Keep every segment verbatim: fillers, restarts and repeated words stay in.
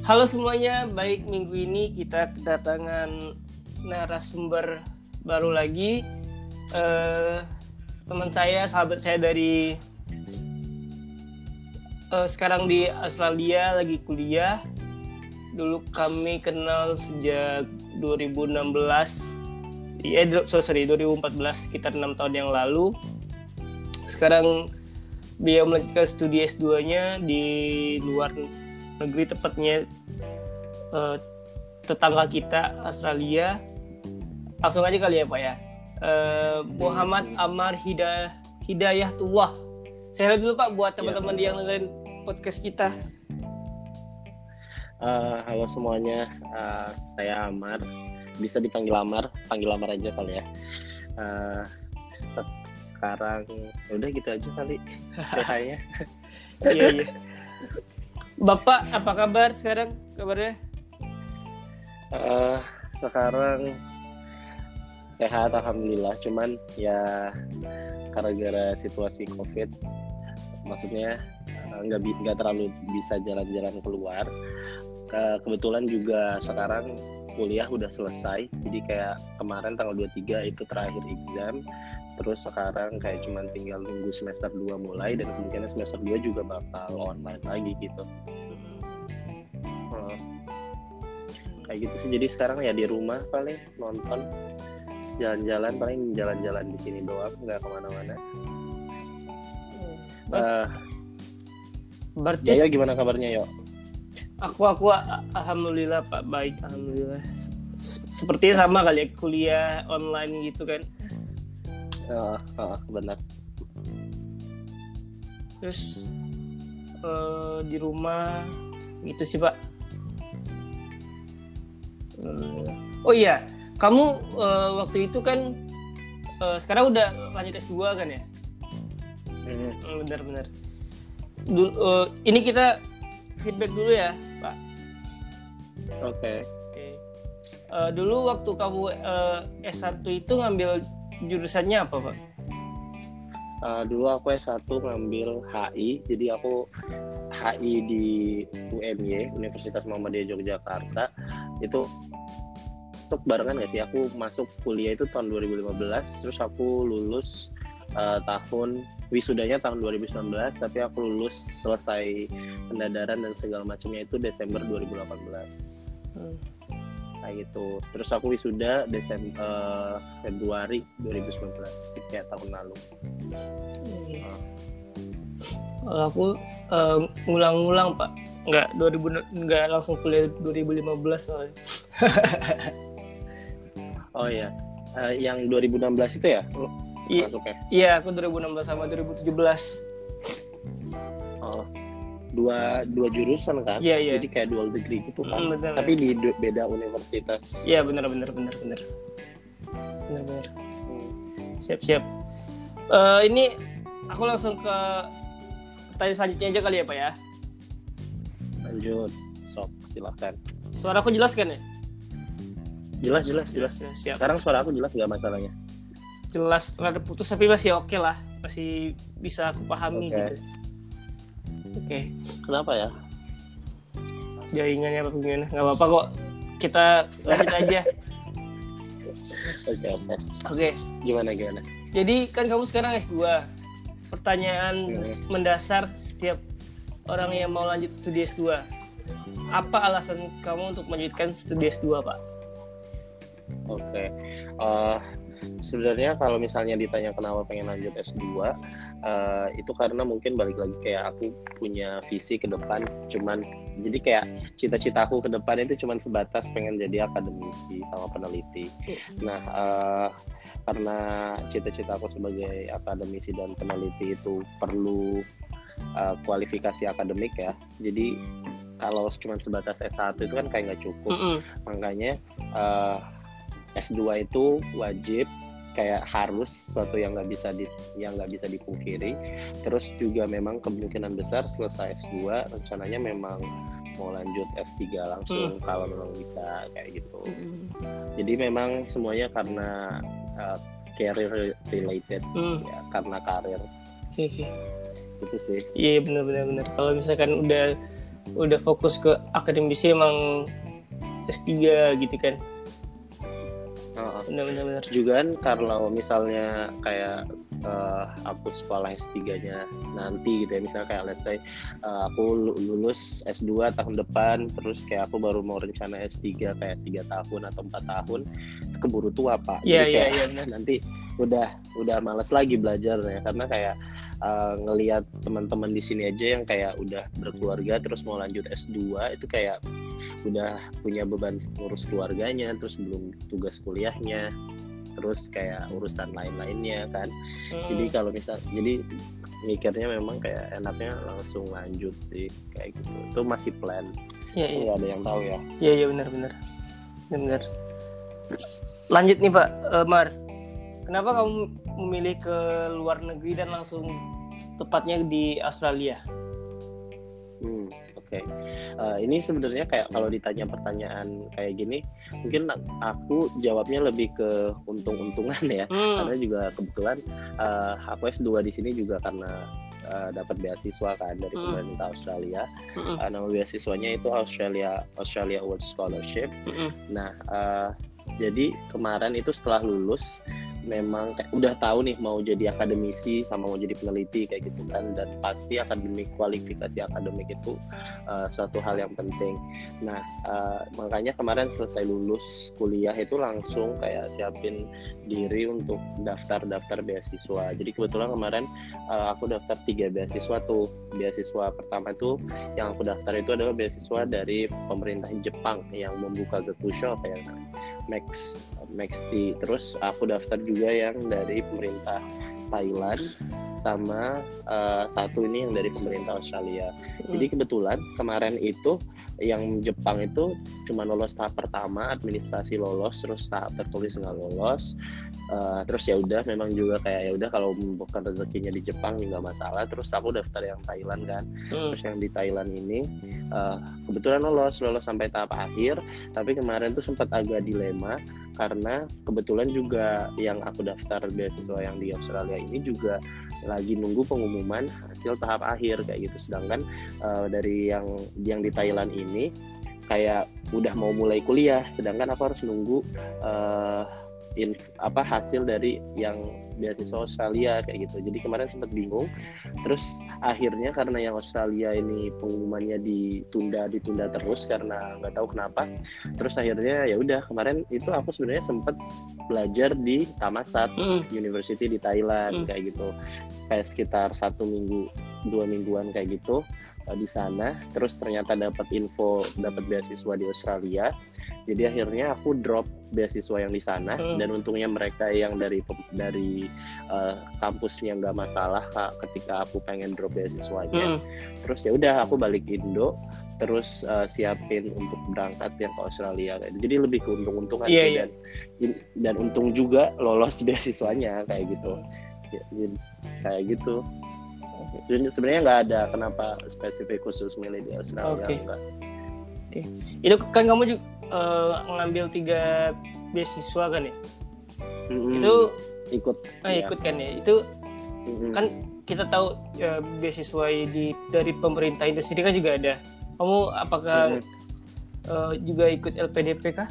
Halo semuanya, baik minggu ini kita kedatangan narasumber baru lagi. Uh, teman saya, sahabat saya dari uh, sekarang di Australia lagi kuliah. Dulu kami kenal sejak dua ribu enam belas, eh so, sorry dua ribu empat belas, sekitar enam tahun yang lalu. Sekarang beliau melanjutkan studi S dua-nya di luar negeri, tepatnya uh, tetangga kita Australia. Langsung aja kali ya Pak ya. Uh, Muhammad Amar Hidayah Hidayatullah. Saya dulu Pak buat teman-teman ya, yang dengerin podcast kita. Uh, halo semuanya, uh, saya Amar. Bisa dipanggil Amar, panggil Amar aja kali ya. Uh, sekarang udah gitu aja kali. Saya. Iya iya. Bapak apa kabar sekarang? Kabarnya? Uh, sekarang sehat alhamdulillah. Cuman ya gara-gara situasi COVID, maksudnya nggak uh, nggak terlalu bisa jalan-jalan keluar. Ke, kebetulan juga sekarang kuliah udah selesai. Jadi kayak kemarin tanggal dua puluh tiga itu terakhir exam. Terus sekarang kayak cuma tinggal nunggu semester dua mulai, dan kemungkinan semester dua juga bakal online lagi gitu. Hmm. Kayak gitu sih. Jadi sekarang ya di rumah paling nonton, jalan-jalan, paling jalan-jalan di sini doang, nggak kemana-mana. Hmm. Uh, Berarti ya, gimana kabarnya yo? Aku aku alhamdulillah Pak, baik alhamdulillah. Sepertinya sama kali ya, kuliah online gitu kan. Uh, uh, benar. Terus uh, di rumah gitu sih Pak. Uh, oh iya, kamu uh, waktu itu kan uh, sekarang udah lanjut S dua kan ya? Mm-hmm. Benar-benar. Dulu, uh, ini kita feedback dulu ya Pak. Oke. Okay. Okay. Uh, dulu waktu kamu uh, S satu itu ngambil jurusannya apa Pak? Uh, dulu aku S satu ngambil H I, jadi aku H I di U M Y, Universitas Muhammadiyah Yogyakarta. Itu untuk barengan nggak sih? Aku masuk kuliah itu tahun dua ribu lima belas, terus aku lulus uh, tahun wisudanya tahun dua ribu sembilan belas, tapi aku lulus selesai pendadaran dan segala macamnya itu Desember dua ribu delapan belas. Hmm. Kayak gitu. Terus aku wisuda Desember uh, Februari dua ribu sembilan belas, kayak tahun lalu. Hmm. Kalau aku uh, ngulang-ngulang Pak, nggak dua ribu nggak langsung kuliah dua ribu lima belas soalnya. Oh iya, uh, yang dua ribu enam belas itu ya? I- masuknya? Iya, aku dua ribu enam belas sama dua ribu tujuh belas. Oh. dua dua jurusan kan, yeah, yeah. Jadi kayak dual degree gitu kan, mm, betul, tapi ya. di du- beda universitas. Iya yeah, benar benar benar benar benar benar. Hmm. Siap siap. Uh, ini aku langsung ke pertanyaan selanjutnya aja kali ya Pak ya. Lanjut, sok silakan. Suara aku jelas kan ya? Jelas jelas jelas. jelas siap. Sekarang suara aku jelas nggak masalahnya? Jelas, rada putus tapi masih oke okay lah, masih bisa aku pahami okay. Gitu. Oke, okay. Kenapa ya? Jaringannya apa gimana? Nggak apa-apa kok. Kita lanjut aja. Oke oke. Oke. Gimana gimana? Jadi kan kamu sekarang S dua. Pertanyaan hmm. mendasar setiap orang yang mau lanjut studi S dua. Apa alasan kamu untuk melanjutkan studi S dua, Pak? Oke. Okay. Uh, sebenarnya kalau misalnya ditanya kenapa pengen lanjut S dua, Uh, itu karena mungkin balik lagi kayak aku punya visi ke depan, cuman jadi kayak cita-citaku ke depan itu cuman sebatas pengen jadi akademisi sama peneliti. Nah uh, karena cita-citaku sebagai akademisi dan peneliti itu perlu uh, kualifikasi akademik ya, jadi kalau cuman sebatas S satu itu kan kayak nggak cukup. Mm-hmm. Makanya uh, S dua itu wajib, kayak harus, suatu yang nggak bisa di, yang nggak bisa dipungkiri. Terus juga memang kemungkinan besar selesai S dua rencananya memang mau lanjut S tiga langsung, hmm. kalau memang bisa kayak gitu. Hmm. Jadi memang semuanya karena uh, career related, hmm. ya, karena karir. Oke, okay, oke. Okay. Itu sih. Iya, benar-benar benar. Kalau misalkan udah udah fokus ke akademisi emang S tiga gitu kan. Uh, Benar-benar. juga kan kalau misalnya kayak uh, aku sekolah S tiga-nya nanti gitu ya, misalnya kayak let's say uh, aku lulus S dua tahun depan, terus kayak aku baru mau rencana S tiga kayak tiga tahun atau empat tahun, itu keburu tua Pak. Iya, Jadi iya, kayak iya. nanti udah udah malas lagi belajarnya, karena kayak uh, ngelihat teman-teman di sini aja yang kayak udah berkeluarga terus mau lanjut S dua itu kayak udah punya beban ngurus keluarganya, terus belum tugas kuliahnya, terus kayak urusan lain-lainnya kan. Hmm. Jadi kalau misal jadi mikirnya memang kayak enaknya langsung lanjut sih kayak gitu. Itu masih plan. Iya, iya. Nggak ada yang tahu ya. Iya, iya, benar-benar. Benar. Lanjut nih Pak uh, Mars. Kenapa kamu memilih ke luar negeri dan langsung tepatnya di Australia? Hmm, oke. Okay. Uh, ini sebenarnya kayak kalau ditanya pertanyaan kayak gini, mungkin aku jawabnya lebih ke untung-untungan ya, Hmm. karena juga kebetulan uh, aku S dua di sini juga karena uh, dapat beasiswa kan dari hmm. pemerintah Australia. Hmm. Uh, nama beasiswanya itu Australia Australia Award Scholarship. Hmm. Nah, uh, jadi kemarin itu setelah lulus memang kayak udah tahu nih mau jadi akademisi sama mau jadi peneliti kayak gitu kan, dan pasti akademik, kualifikasi akademik itu uh, suatu hal yang penting. Nah uh, makanya kemarin selesai lulus kuliah itu langsung kayak siapin diri untuk daftar-daftar beasiswa. Jadi kebetulan kemarin uh, aku daftar tiga beasiswa tuh. Beasiswa pertama itu yang aku daftar itu adalah beasiswa dari pemerintah Jepang yang membuka Gakusho kayak Max Maxti. Terus aku daftar juga yang dari pemerintah Thailand sama uh, satu ini yang dari pemerintah Australia. Hmm. Jadi kebetulan kemarin itu yang Jepang itu cuma lolos tahap pertama, administrasi lolos, terus tahap tertulis nggak lolos. Uh, terus ya udah memang juga kayak ya udah kalau bukan rezekinya di Jepang nggak masalah. Terus aku daftar yang Thailand kan. Hmm. Terus yang di Thailand ini uh, kebetulan lolos lolos sampai tahap akhir. Tapi kemarin tuh sempat agak dilema karena kebetulan juga yang aku daftar beasiswa yang di Australia ini juga lagi nunggu pengumuman hasil tahap akhir kayak gitu. Sedangkan uh, dari yang yang di Thailand ini kayak udah mau mulai kuliah, sedangkan aku harus nunggu uh, inf, apa hasil dari yang beasiswa Australia kayak gitu. Jadi kemarin sempat bingung. Terus akhirnya karena yang Australia ini pengumumannya ditunda ditunda terus karena nggak tahu kenapa. Terus akhirnya ya udah kemarin itu aku sebenarnya sempat belajar di Thammasat mm. University di Thailand mm. kayak gitu. Kayak sekitar satu minggu dua mingguan kayak gitu uh, di sana. Terus ternyata dapat info dapat beasiswa di Australia. Jadi akhirnya aku drop beasiswa yang di sana hmm. dan untungnya mereka yang dari dari uh, kampusnya nggak masalah Kak, ketika aku pengen drop beasiswanya. Hmm. Terus ya udah aku balik Indo, terus uh, siapin untuk berangkat yang ke Australia. Jadi lebih ke untung-untungan yeah, sih yeah. dan dan untung juga lolos beasiswanya kayak gitu. Ya, kayak gitu. Jadi sebenarnya nggak ada kenapa spesifik khusus milih di Australia. Okay. Enggak. Oke. Okay. Itu kan kamu juga Uh, ngambil tiga beasiswa kan ya? Mm-hmm. Itu ikut, ah, ya. ikut kan ya? Itu mm-hmm. kan kita tahu uh, beasiswa di dari pemerintah itu sendiri kan juga ada. Kamu apakah mm-hmm. uh, juga ikut L P D P kah?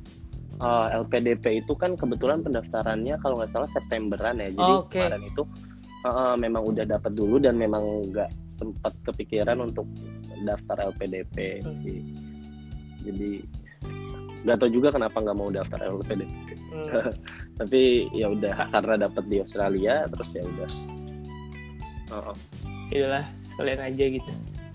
Uh, L P D P itu kan kebetulan pendaftarannya kalau nggak salah Septemberan ya. Jadi oh, okay. kemarin itu uh, memang udah dapat dulu dan memang nggak sempat kepikiran untuk daftar L P D P hmm. sih. Jadi nggak tahu juga kenapa nggak mau daftar L P D P. Hmm. Tapi ya udah karena dapat di Australia terus ya udah. Oh, oh. Itulah sekalian aja gitu.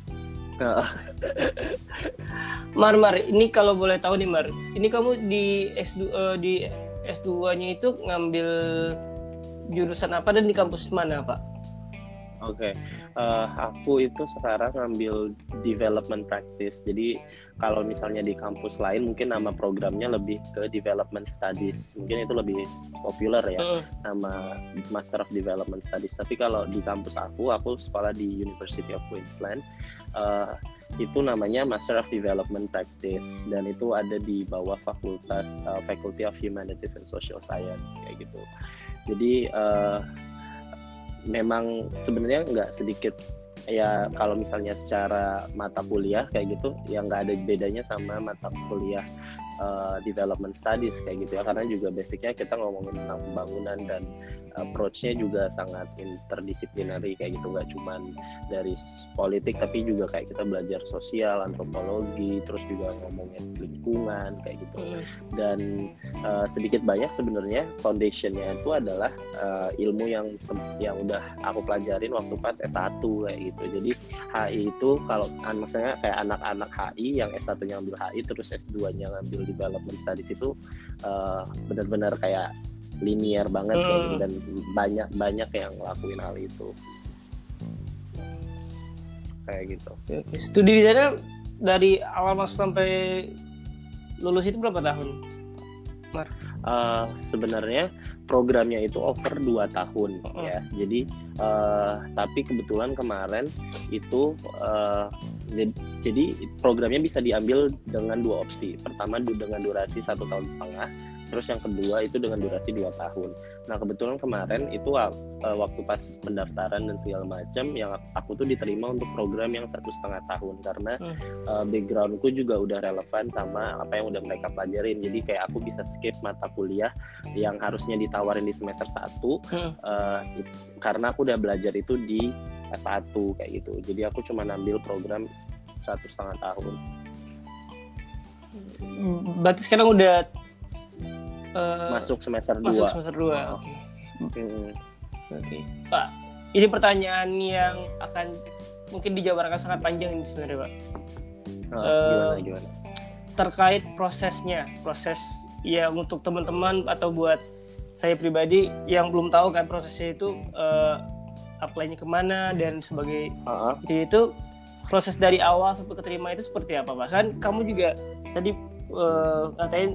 Mar Mar, ini kalau boleh tahu nih Mar, ini kamu di S dua uh, di S dua-nya itu ngambil jurusan apa dan di kampus mana, Pak? Oke, okay. uh, aku itu sekarang ngambil development practice. Jadi kalau misalnya di kampus lain mungkin nama programnya lebih ke development studies. Mungkin itu lebih populer ya, uh. nama Master of Development Studies. Tapi kalau di kampus aku, aku sekolah di University of Queensland. Uh, itu namanya Master of Development Practice dan itu ada di bawah fakultas uh, Faculty of Humanities and Social Science kayak gitu. Jadi uh, memang sebenarnya nggak sedikit ya kalau misalnya secara mata kuliah kayak gitu ya nggak ada bedanya sama mata kuliah uh, development studies kayak gitu ya, karena juga basicnya kita ngomongin tentang pembangunan dan approach-nya juga sangat interdisiplinary kayak gitu, nggak cuman dari politik tapi juga kayak kita belajar sosial, antropologi, terus juga ngomongin lingkungan kayak gitu. Dan uh, sedikit banyak sebenarnya foundation-nya itu adalah uh, ilmu yang yang udah aku pelajarin waktu pas S satu kayak gitu. Jadi H I itu kalau maksudnya kayak anak-anak H I yang S satu-nya ngambil H I terus S dua-nya ngambil development studies itu uh, benar-benar kayak linear banget hmm. kayak gitu, dan banyak banyak yang ngelakuin hal itu kayak gitu. Oke, studi di sana dari awal masuk sampai lulus itu berapa tahun, Mar? Uh, sebenarnya programnya itu over dua tahun oh. ya. Jadi uh, tapi kebetulan kemarin itu uh, jadi programnya bisa diambil dengan dua opsi. Pertama dengan durasi satu tahun setengah, terus yang kedua itu dengan durasi dua tahun. Nah kebetulan kemarin itu uh, waktu pas pendaftaran dan segala macam, yang aku tuh diterima untuk program yang satu setengah tahun karena hmm. uh, backgroundku juga udah relevan sama apa yang udah mereka pelajarin. Jadi kayak aku bisa skip mata kuliah yang harusnya ditawarin di semester satu hmm. uh, it, karena aku udah belajar itu di S satu kayak gitu. Jadi aku cuma ambil program satu setengah tahun. Berarti sekarang udah uh, masuk semester dua. Masuk semester dua. Oke. Okay. Hmm. Oke. Okay. Pak, ini pertanyaan yang akan mungkin dijabarkan sangat panjang ini sebenarnya, Pak. Oh, uh, gimana gimana? Terkait prosesnya, proses ya untuk teman-teman atau buat saya pribadi yang belum tahu kan prosesnya itu uh, apply-nya kemana dan sebagai uh-huh. itu, itu proses dari awal sampai keterima itu seperti apa, bahkan kamu juga tadi uh, ngatain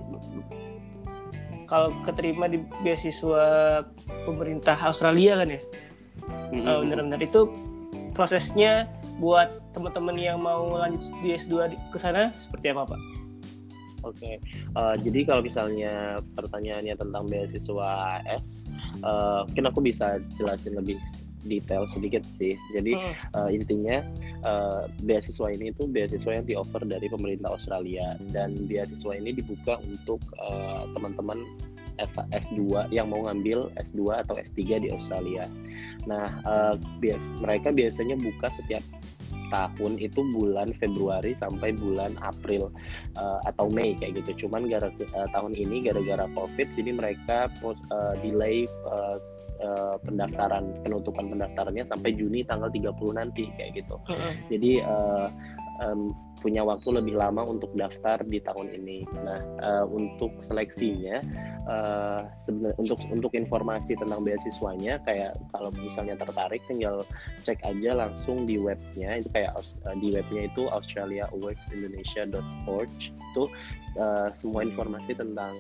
kalau keterima di beasiswa pemerintah Australia kan ya, mm-hmm. uh, benar-benar itu prosesnya buat teman-teman yang mau lanjut di S dua ke sana seperti apa, Pak? Oke, okay. uh, jadi kalau misalnya pertanyaannya tentang beasiswa S, uh, mungkin aku bisa jelasin lebih detail sedikit sih. Jadi hmm. uh, intinya uh, beasiswa ini itu beasiswa yang di-offer dari pemerintah Australia, dan beasiswa ini dibuka untuk uh, teman-teman S, S2 yang mau ngambil S dua atau S tiga di Australia. Nah, uh, bias, mereka biasanya buka setiap tahun itu bulan Februari sampai bulan April uh, atau Mei kayak gitu. Cuman gara uh, tahun ini gara-gara COVID jadi mereka post, uh, delay uh, Uh, pendaftaran penutupan pendaftarannya sampai Juni tanggal tiga puluh nanti kayak gitu. Uh-huh. Jadi uh, um, punya waktu lebih lama untuk daftar di tahun ini. Nah, uh, untuk seleksinya uh, sebenarnya untuk untuk informasi tentang beasiswanya kayak kalau misalnya tertarik tinggal cek aja langsung di webnya, itu kayak uh, di webnya itu australia awards indonesia dot org, itu uh, semua informasi tentang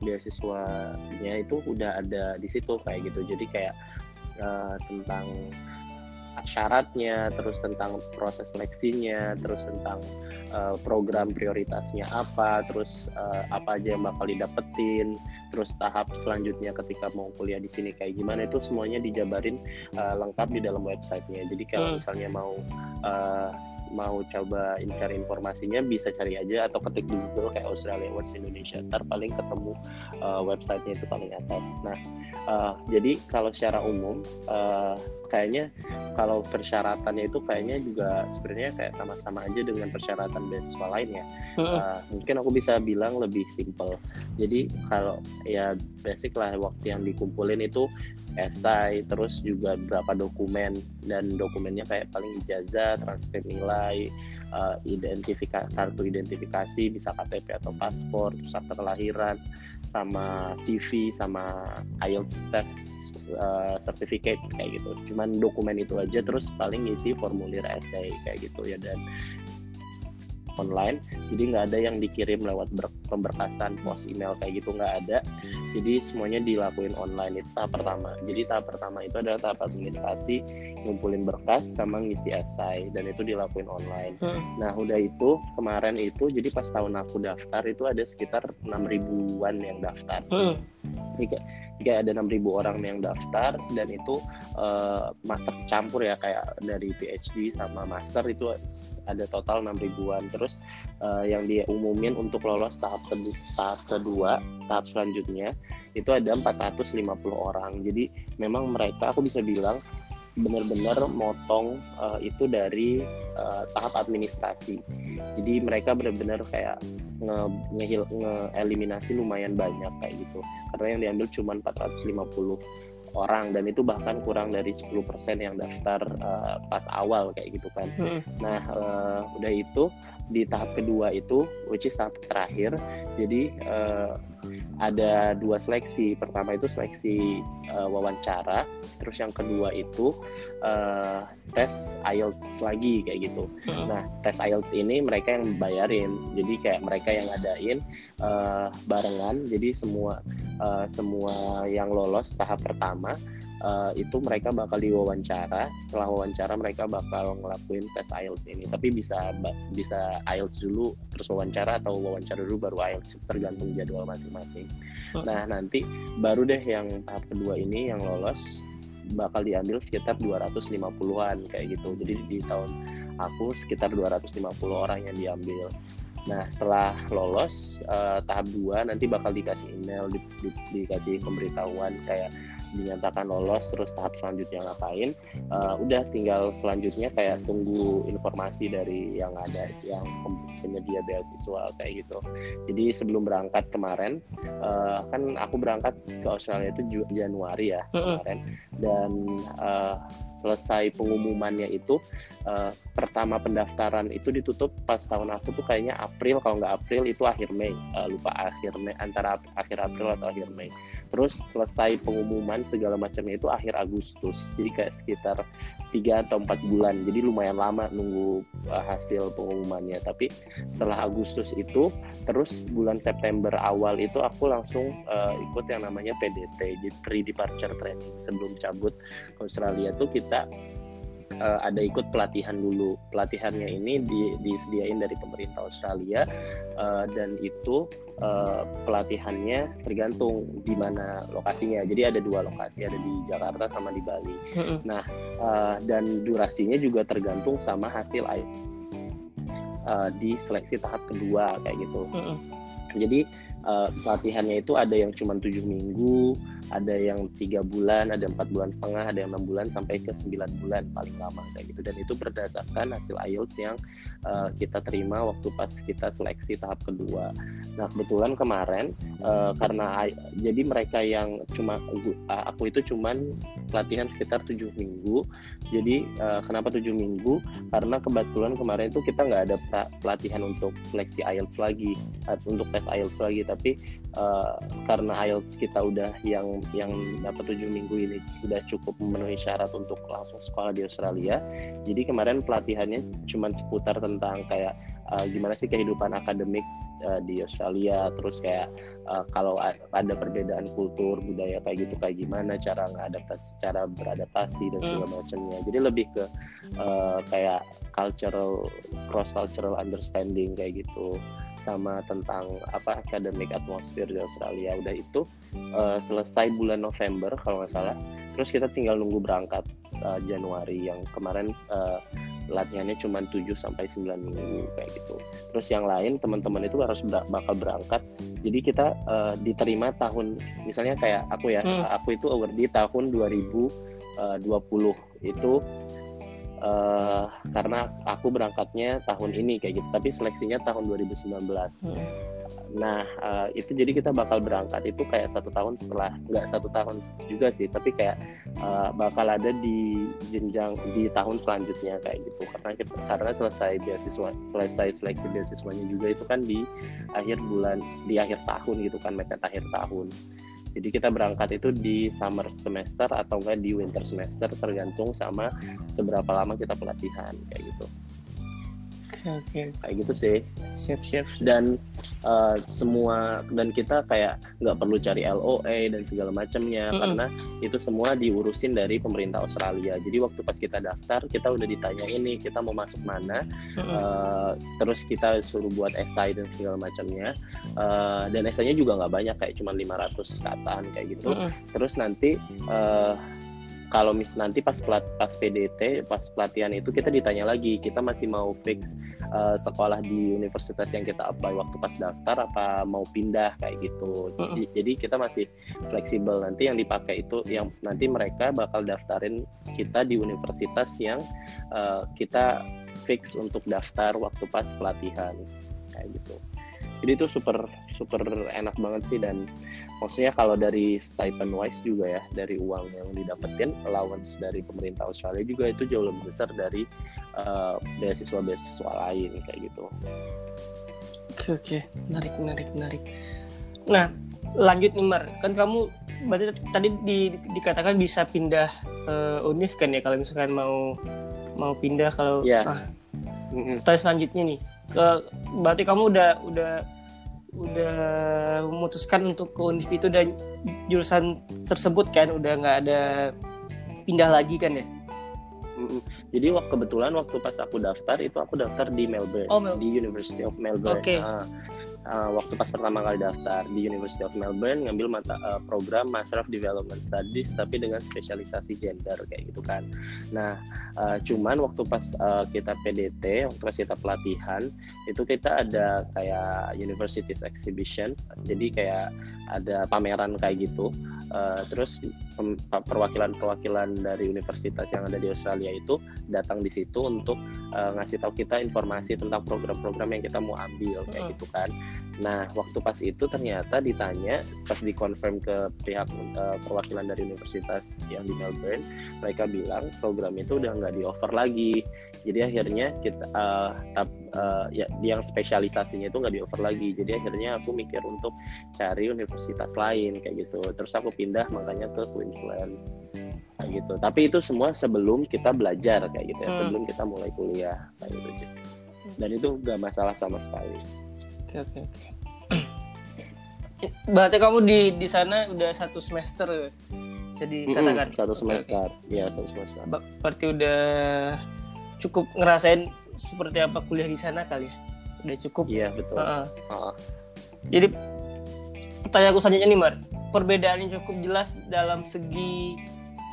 beasiswanya itu udah ada di situ kayak gitu. Jadi kayak uh, tentang syaratnya, terus tentang proses seleksinya, terus tentang uh, program prioritasnya apa, terus uh, apa aja yang bakal didapetin, terus tahap selanjutnya ketika mau kuliah di sini kayak gimana, itu semuanya dijabarin uh, lengkap di dalam websitenya. Jadi kalau hmm. misalnya mau uh, mau coba cari informasinya bisa cari aja atau ketik di Google kayak Australia Awards Indonesia, ntar paling ketemu uh, websitenya itu paling atas. Nah uh, jadi kalau secara umum uh, kayaknya kalau persyaratannya itu kayaknya juga sebenarnya kayak sama-sama aja dengan persyaratan beasiswa lainnya. Uh, mungkin aku bisa bilang lebih simple. Jadi kalau ya basic lah waktu yang dikumpulin itu esai, terus juga beberapa dokumen, dan dokumennya kayak paling ijazah, transkrip nilai, uh, identifikasi, kartu identifikasi, bisa K T P atau paspor, terus akta kelahiran, sama C V, sama I E L T S test uh, certificate kayak gitu. Cuman dokumen itu aja, terus paling ngisi formulir essay kayak gitu ya, dan online, jadi nggak ada yang dikirim lewat ber- pemberkasan pos email kayak gitu, nggak ada. Jadi semuanya dilakuin online. Itu tahap pertama. Jadi tahap pertama itu adalah tahap administrasi, ngumpulin berkas sama ngisi esai, dan itu dilakuin online. hmm. Nah udah itu kemarin itu, jadi pas tahun aku daftar itu ada sekitar enam ribuan yang daftar. hmm. jika, jika ada enam ribu orang yang daftar dan itu uh, tercampur ya, kayak dari PhD sama master itu ada total enam ribuan. Terus uh, yang diumumin untuk lolos tahap kedua, tahap kedua, tahap selanjutnya itu ada empat ratus lima puluh orang. Jadi memang mereka, aku bisa bilang benar-benar motong uh, itu dari uh, tahap administrasi. Jadi mereka benar-benar kayak nge, nge, nge-eliminasi lumayan banyak kayak gitu. Karena yang diambil cuma empat ratus lima puluh orang, dan itu bahkan kurang dari sepuluh persen yang daftar uh, pas awal kayak gitu kan. Hmm. Nah, uh, udah itu di tahap kedua itu, which is tahap terakhir. Jadi uh, ada dua seleksi. Pertama itu seleksi uh, wawancara, terus yang kedua itu uh, tes I E L T S lagi kayak gitu. Hmm. Nah, tes I E L T S ini mereka yang bayarin. Jadi kayak mereka yang ngadain uh, barengan. Jadi semua uh, semua yang lolos tahap pertama Uh, itu mereka bakal diwawancara. Setelah wawancara mereka bakal ngelakuin tes I E L T S ini. Tapi bisa bisa I E L T S dulu terus wawancara, atau wawancara dulu baru I E L T S, tergantung jadwal masing-masing. Hmm. Nah, nanti baru deh yang tahap kedua ini yang lolos bakal diambil sekitar dua ratus lima puluhan kayak gitu. Jadi di tahun aku sekitar dua ratus lima puluh orang yang diambil. Nah, setelah lolos uh, tahap dua nanti bakal dikasih email, di, di, dikasih pemberitahuan kayak dinyatakan lolos, terus tahap selanjutnya ngapain. Uh, udah tinggal selanjutnya kayak tunggu informasi dari yang ada, yang penyedia beasiswa kayak gitu. Jadi sebelum berangkat kemarin, uh, kan aku berangkat ke Australia itu Januari ya kemarin, dan uh, selesai pengumumannya itu uh, pertama pendaftaran itu ditutup pas tahun aku tuh kayaknya April, kalau nggak April itu akhir Mei, uh, lupa akhir Mei, antara akhir April atau akhir Mei. Terus selesai pengumuman segala macamnya itu akhir Agustus, jadi kayak sekitar tiga atau empat bulan, jadi lumayan lama nunggu uh, hasil pengumumannya. Tapi setelah Agustus itu, terus bulan September awal itu aku langsung uh, ikut yang namanya P D T, jadi pre-departure training. Sebelum cabut ke Australia tuh kita uh, ada ikut pelatihan dulu. Pelatihannya ini di, disediain dari pemerintah Australia, uh, dan itu Uh, pelatihannya tergantung di mana lokasinya. Jadi ada dua lokasi, ada di Jakarta sama di Bali. Mm-hmm. Nah, uh, dan durasinya juga tergantung sama hasil I E L T S uh, di seleksi tahap kedua kayak gitu. Mm-hmm. Jadi uh, pelatihannya itu ada yang cuma tujuh minggu, ada yang tiga bulan, ada empat bulan setengah, ada yang enam bulan sampai ke sembilan bulan paling lama kayak gitu. Dan itu berdasarkan hasil I E L T S yang uh, kita terima waktu pas kita seleksi tahap kedua. Nah, kebetulan kemarin uh, karena jadi mereka yang cuma uh, aku itu cuman pelatihan sekitar tujuh minggu. Jadi uh, kenapa tujuh minggu? Karena kebetulan kemarin itu kita nggak ada pelatihan untuk seleksi I E L T S lagi, untuk tes I E L T S lagi. Tapi uh, karena I E L T S kita udah yang yang dapat tujuh minggu ini udah cukup memenuhi syarat untuk langsung sekolah di Australia. Jadi kemarin pelatihannya cuma seputar tentang kayak uh, gimana sih kehidupan akademik uh, di Australia, terus kayak uh, kalau ada perbedaan kultur budaya kayak gitu, kayak gimana cara ngadaptasi, cara beradaptasi dan segala macamnya. Jadi lebih ke uh, kayak cultural, cross cultural understanding kayak gitu, sama tentang apa academic atmosphere di Australia. Udah itu uh, selesai bulan November kalau nggak salah. Terus kita tinggal nunggu berangkat uh, Januari, yang kemarin uh, latihannya cuma tujuh sampai sembilan minggu kayak gitu. Terus yang lain teman-teman itu harus ber- bakal berangkat. Jadi kita uh, diterima tahun, misalnya kayak aku ya, hmm. aku itu award di tahun dua ribu dua puluh itu. Uh, karena aku berangkatnya tahun ini kayak gitu, tapi seleksinya tahun dua ribu sembilan belas. Hmm. Nah, uh, itu jadi kita bakal berangkat itu kayak satu tahun setelah, nggak satu tahun juga sih, tapi kayak uh, bakal ada di jenjang di tahun selanjutnya kayak gitu. Karena kita, karena selesai beasiswa, selesai seleksi beasiswanya juga itu kan di akhir bulan, di akhir tahun gitu kan, mepet akhir tahun. Jadi kita berangkat itu di summer semester atau enggak di winter semester, tergantung sama seberapa lama kita pelatihan kayak gitu. Oke oke. Kayak gitu sih. Siap siap. Dan uh, semua dan kita kayak nggak perlu cari L O A dan segala macamnya Mm-mm. karena itu semua diurusin dari pemerintah Australia. Jadi waktu pas kita daftar kita udah ditanya ini kita mau masuk mana, uh, terus kita suruh buat esai dan segala macamnya. Uh, dan esainya juga nggak banyak, kayak cuma lima ratus kataan kayak gitu. Mm-mm. Terus nanti uh, kalau mis nanti pas pelat, pas P D T, pas pelatihan itu kita ditanya lagi, kita masih mau fix uh, sekolah di universitas yang kita apply waktu pas daftar apa mau pindah kayak gitu. Jadi, jadi kita masih fleksibel. Nanti yang dipakai itu yang nanti mereka bakal daftarin kita di universitas yang uh, kita fix untuk daftar waktu pas pelatihan kayak gitu. Jadi itu super super enak banget sih, dan maksudnya kalau dari stipend wise juga ya, dari uang yang didapetin, allowance dari pemerintah Australia juga itu jauh lebih besar dari uh, beasiswa-beasiswa lain kayak gitu. Oke oke, menarik menarik menarik. Nah lanjut nih Mar, kan kamu berarti tadi di, dikatakan bisa pindah uh, univ kan ya kalau misalkan mau mau pindah kalau. Yeah. Ah, mm-hmm. Terus selanjutnya nih, ke, berarti kamu udah udah udah memutuskan untuk ke univ itu dan jurusan tersebut kan udah nggak ada pindah lagi kan ya? Mm-hmm. Jadi waktu kebetulan waktu pas aku daftar itu aku daftar di Melbourne, oh, Mel- di University of Melbourne. Okay. Uh, uh, waktu pas pertama kali daftar di University of Melbourne ngambil mata uh, program Master of Development Studies tapi dengan spesialisasi gender kayak gitu kan. Nah, uh, cuman waktu pas uh, kita P D T, waktu pas kita pelatihan itu kita ada kayak Universities Exhibition, jadi kayak ada pameran kayak gitu. Uh, terus pem- perwakilan-perwakilan dari universitas yang ada di Australia itu datang di situ untuk uh, ngasih tahu kita informasi tentang program-program yang kita mau ambil kayak gitu kan. Nah, waktu pas itu ternyata ditanya, pas dikonfirm ke pihak uh, perwakilan dari universitas yang di Melbourne, mereka bilang program itu udah nggak di-offer lagi. Jadi akhirnya kita uh, tap, uh, ya yang spesialisasinya itu nggak di-offer lagi. Jadi akhirnya aku mikir untuk cari universitas lain kayak gitu. Terus aku pindah makanya ke Queensland kayak gitu. Tapi itu semua sebelum kita belajar kayak gitu ya, hmm. sebelum kita mulai kuliah kayak gitu. Dan itu nggak masalah sama sekali. Oke oke oke. Berarti kamu di di sana udah satu semester bisa dikatakan? Mm-hmm, satu semester, okay. Ya satu semester. Berarti udah cukup ngerasain seperti apa kuliah di sana kali ya? Udah cukup? Iya betul. Uh-uh. Uh-uh. Jadi pertanyaanku selanjutnya nih Mar, perbedaannya cukup jelas dalam segi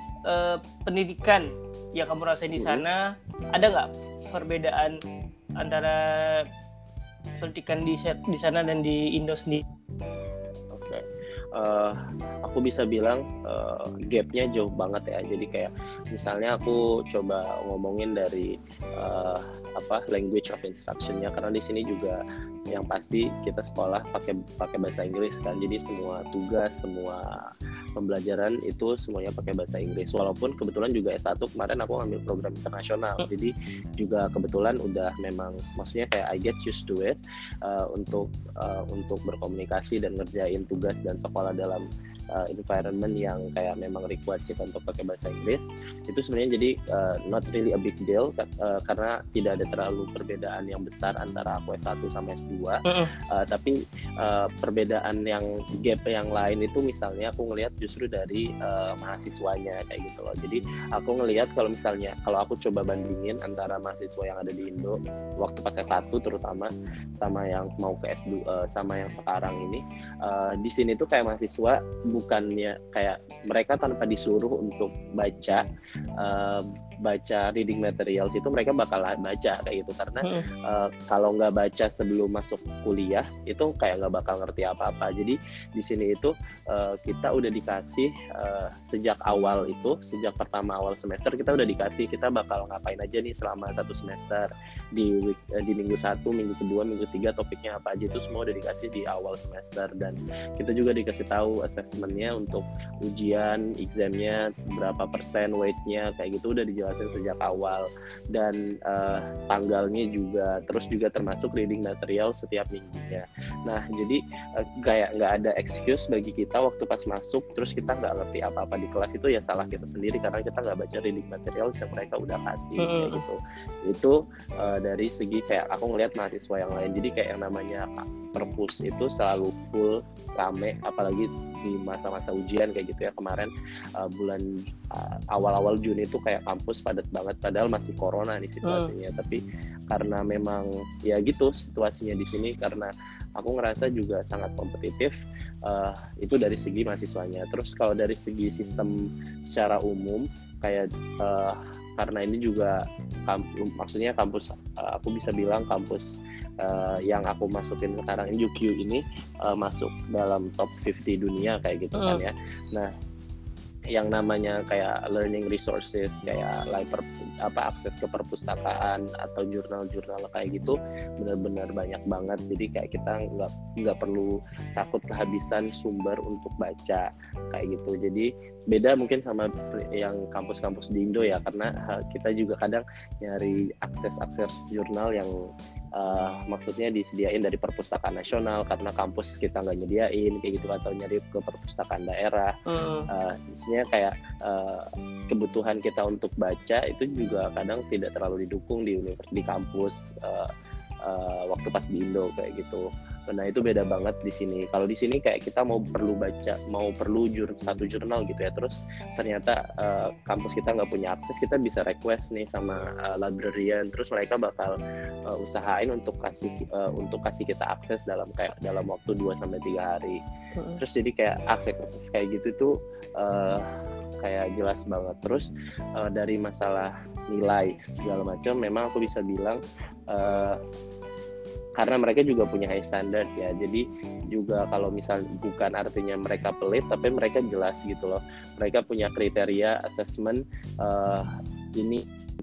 uh, pendidikan yang kamu rasain di sana. Mm-hmm. Ada nggak perbedaan antara pendidikan di di sana dan di Indo sendiri? Oke, okay. uh, aku bisa bilang uh, gapnya jauh banget ya. Jadi kayak misalnya aku coba ngomongin dari uh, apa language of instruction-nya, karena di sini juga yang pasti kita sekolah pakai pakai bahasa Inggris kan. Jadi semua tugas, semua pembelajaran itu semuanya pakai bahasa Inggris. Walaupun kebetulan juga S satu kemarin aku ngambil program internasional, jadi juga kebetulan udah memang maksudnya kayak I get used to it uh, untuk uh, untuk berkomunikasi dan ngerjain tugas dan sekolah dalam uh, environment yang kayak memang required kita untuk pakai bahasa Inggris. Itu sebenarnya jadi uh, not really a big deal uh, karena tidak ada terlalu perbedaan yang besar antara aku S satu sama S dua. Uh-uh. Uh, tapi uh, perbedaan yang gap yang lain itu misalnya aku ngelihat justru dari uh, mahasiswanya kayak gitu loh. Jadi aku ngelihat kalau misalnya kalau aku coba bandingin antara mahasiswa yang ada di Indo waktu pas S satu terutama sama yang mau ke S dua uh, sama yang sekarang ini, uh, di sini tuh kayak mahasiswa bukannya kayak mereka tanpa disuruh untuk baca uh, baca reading materials itu mereka bakal baca kayak gitu karena hmm. uh, kalau nggak baca sebelum masuk kuliah itu kayak nggak bakal ngerti apa-apa. Jadi di sini itu uh, kita udah dikasih uh, sejak awal itu sejak pertama awal semester kita udah dikasih kita bakal ngapain aja nih selama satu semester di week, uh, di minggu satu, minggu kedua, minggu tiga topiknya apa aja itu semua udah dikasih di awal semester, dan kita juga dikasih tahu assessmentnya untuk ujian examnya berapa persen weightnya kayak gitu udah dijelasin sejak awal. dan uh, tanggalnya juga, terus juga termasuk reading material setiap minggunya. Nah jadi uh, kayak nggak ada excuse bagi kita waktu pas masuk terus kita nggak ngerti apa-apa di kelas, itu ya salah kita sendiri karena kita nggak baca reading material yang mereka udah kasih hmm. kayak gitu. Itu uh, dari segi kayak aku ngelihat mahasiswa yang lain, jadi kayak yang namanya perpus itu selalu full rame, apalagi di masa-masa ujian kayak gitu ya. Kemarin uh, bulan uh, awal-awal Juni itu kayak kampus padat banget, padahal masih corona nih situasinya. Hmm. Tapi karena memang ya gitu situasinya di sini, karena aku ngerasa juga sangat kompetitif, uh, itu dari segi mahasiswanya. Terus kalau dari segi sistem secara umum kayak uh, karena ini juga kamp, maksudnya kampus uh, aku bisa bilang kampus uh, yang aku masukin sekarang U Q ini uh, masuk dalam top lima puluh dunia kayak gitu kan ya. Nah, yang namanya kayak learning resources kayak library, apa akses ke perpustakaan atau jurnal-jurnal kayak gitu benar-benar banyak banget. Jadi kayak kita nggak nggak perlu takut kehabisan sumber untuk baca kayak gitu. Jadi beda mungkin sama yang kampus-kampus di Indo ya, karena kita juga kadang nyari akses-akses jurnal yang uh, maksudnya disediain dari perpustakaan nasional karena kampus kita nggak nyediain kayak gitu, atau nyari ke perpustakaan daerah. Hmm. Uh, misalnya kayak uh, kebutuhan kita untuk baca itu juga kadang tidak terlalu didukung di universitas, di kampus uh, uh, waktu pas di Indo kayak gitu. Nah itu beda banget di sini. Kalau di sini kayak kita mau perlu baca, mau perlu jur, satu jurnal gitu ya, terus ternyata uh, kampus kita nggak punya akses, kita bisa request nih sama uh, librarian, terus mereka bakal uh, usahain untuk kasih uh, untuk kasih kita akses dalam kayak dalam waktu dua sampai tiga hari. Hmm. Terus jadi kayak akses kayak gitu tuh uh, kayak jelas banget. Terus uh, dari masalah nilai segala macam, memang aku bisa bilang uh, karena mereka juga punya high standard ya, jadi juga kalau misal bukan artinya mereka pelit, tapi mereka jelas gitu loh, mereka punya kriteria assessment uh, ini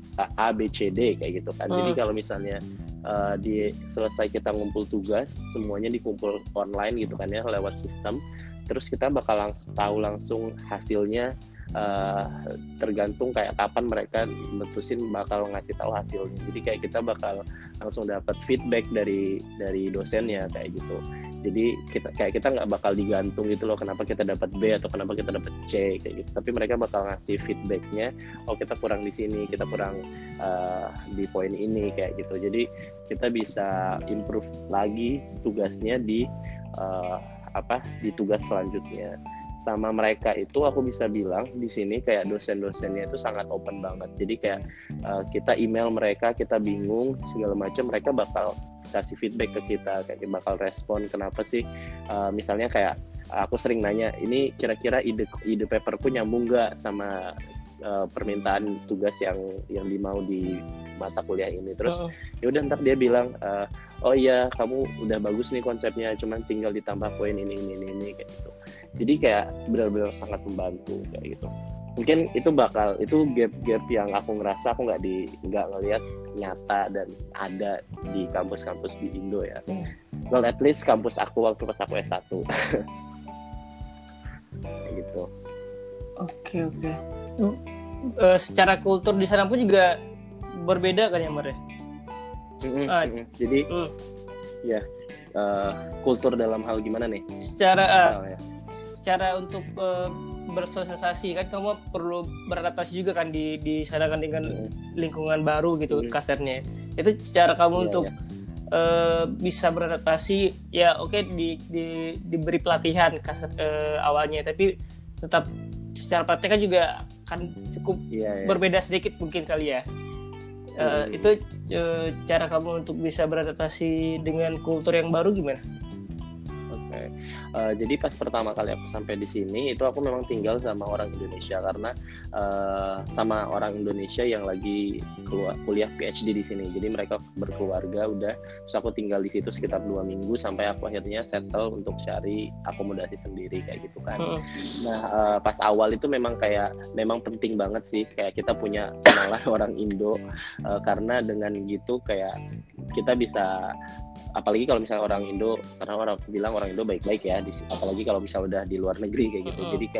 A, B, C, D kayak gitu kan. Hmm. Jadi kalau misalnya uh, di selesai kita ngumpul tugas, semuanya dikumpul online gitu kan ya lewat sistem, terus kita bakal langsung tahu langsung hasilnya. Uh, tergantung kayak kapan mereka memutusin bakal ngasih tahu hasilnya. Jadi kayak kita bakal langsung dapat feedback dari dari dosennya kayak gitu. Jadi kita kayak kita nggak bakal digantung gitu loh, kenapa kita dapat B atau kenapa kita dapat C kayak gitu. Tapi mereka bakal ngasih feedbacknya, oh kita kurang di sini, kita kurang uh, di poin ini kayak gitu. Jadi kita bisa improve lagi tugasnya di uh, apa di tugas selanjutnya. Sama mereka itu aku bisa bilang di sini kayak dosen-dosennya itu sangat open banget. Jadi kayak uh, kita email mereka, kita bingung segala macam, mereka bakal kasih feedback ke kita, kayak bakal respon kenapa sih uh, misalnya kayak aku sering nanya, ini kira-kira ide ide paperku nyambung nggak sama uh, permintaan tugas yang yang dimau di mata kuliah ini. Terus uh-uh. ya udah ntar dia bilang uh, oh iya kamu udah bagus nih konsepnya, cuman tinggal ditambah poin ini ini ini, ini kayak gitu. Jadi kayak benar-benar sangat membantu kayak gitu. Mungkin itu bakal itu gap-gap yang aku ngerasa aku nggak di nggak ngelihat nyata dan ada di kampus-kampus di Indo ya. Hmm. Well at least kampus aku waktu pas aku S satu. Kayak gitu. Oke oke. Uh, secara kultur di sana pun juga berbeda kan ya Mar? Mm-hmm, uh, mm-hmm. Jadi mm. ya uh, kultur dalam hal gimana nih? Secara uh, secara untuk uh, bersosialisasi kan kamu perlu beradaptasi juga kan di di sana kan dengan mm. lingkungan baru gitu mm. kasarnya. Itu cara kamu yeah, untuk yeah. Uh, bisa beradaptasi ya oke okay, di, di diberi pelatihan kasar uh, awalnya, tapi tetap secara prakteknya juga kan cukup yeah, yeah. berbeda sedikit mungkin kali ya. Uh, hmm. Itu uh, cara kamu untuk bisa beradaptasi dengan kultur yang baru gimana? Oke, okay. uh, jadi pas pertama kali aku sampai di sini itu aku memang tinggal sama orang Indonesia karena uh, sama orang Indonesia yang lagi keluar kuliah P H D di sini. Jadi mereka berkeluarga udah, terus aku tinggal di situ sekitar dua minggu sampai aku akhirnya settle untuk cari akomodasi sendiri kayak gitu kan. Hmm. Nah uh, pas awal itu memang kayak memang penting banget sih kayak kita punya kenalan orang Indo uh, karena dengan gitu kayak kita bisa, apalagi kalau misalnya orang Indo, karena orang bilang orang Indo baik-baik ya, apalagi kalau misalnya udah di luar negeri kayak gitu. Mm-hmm. Jadi kayak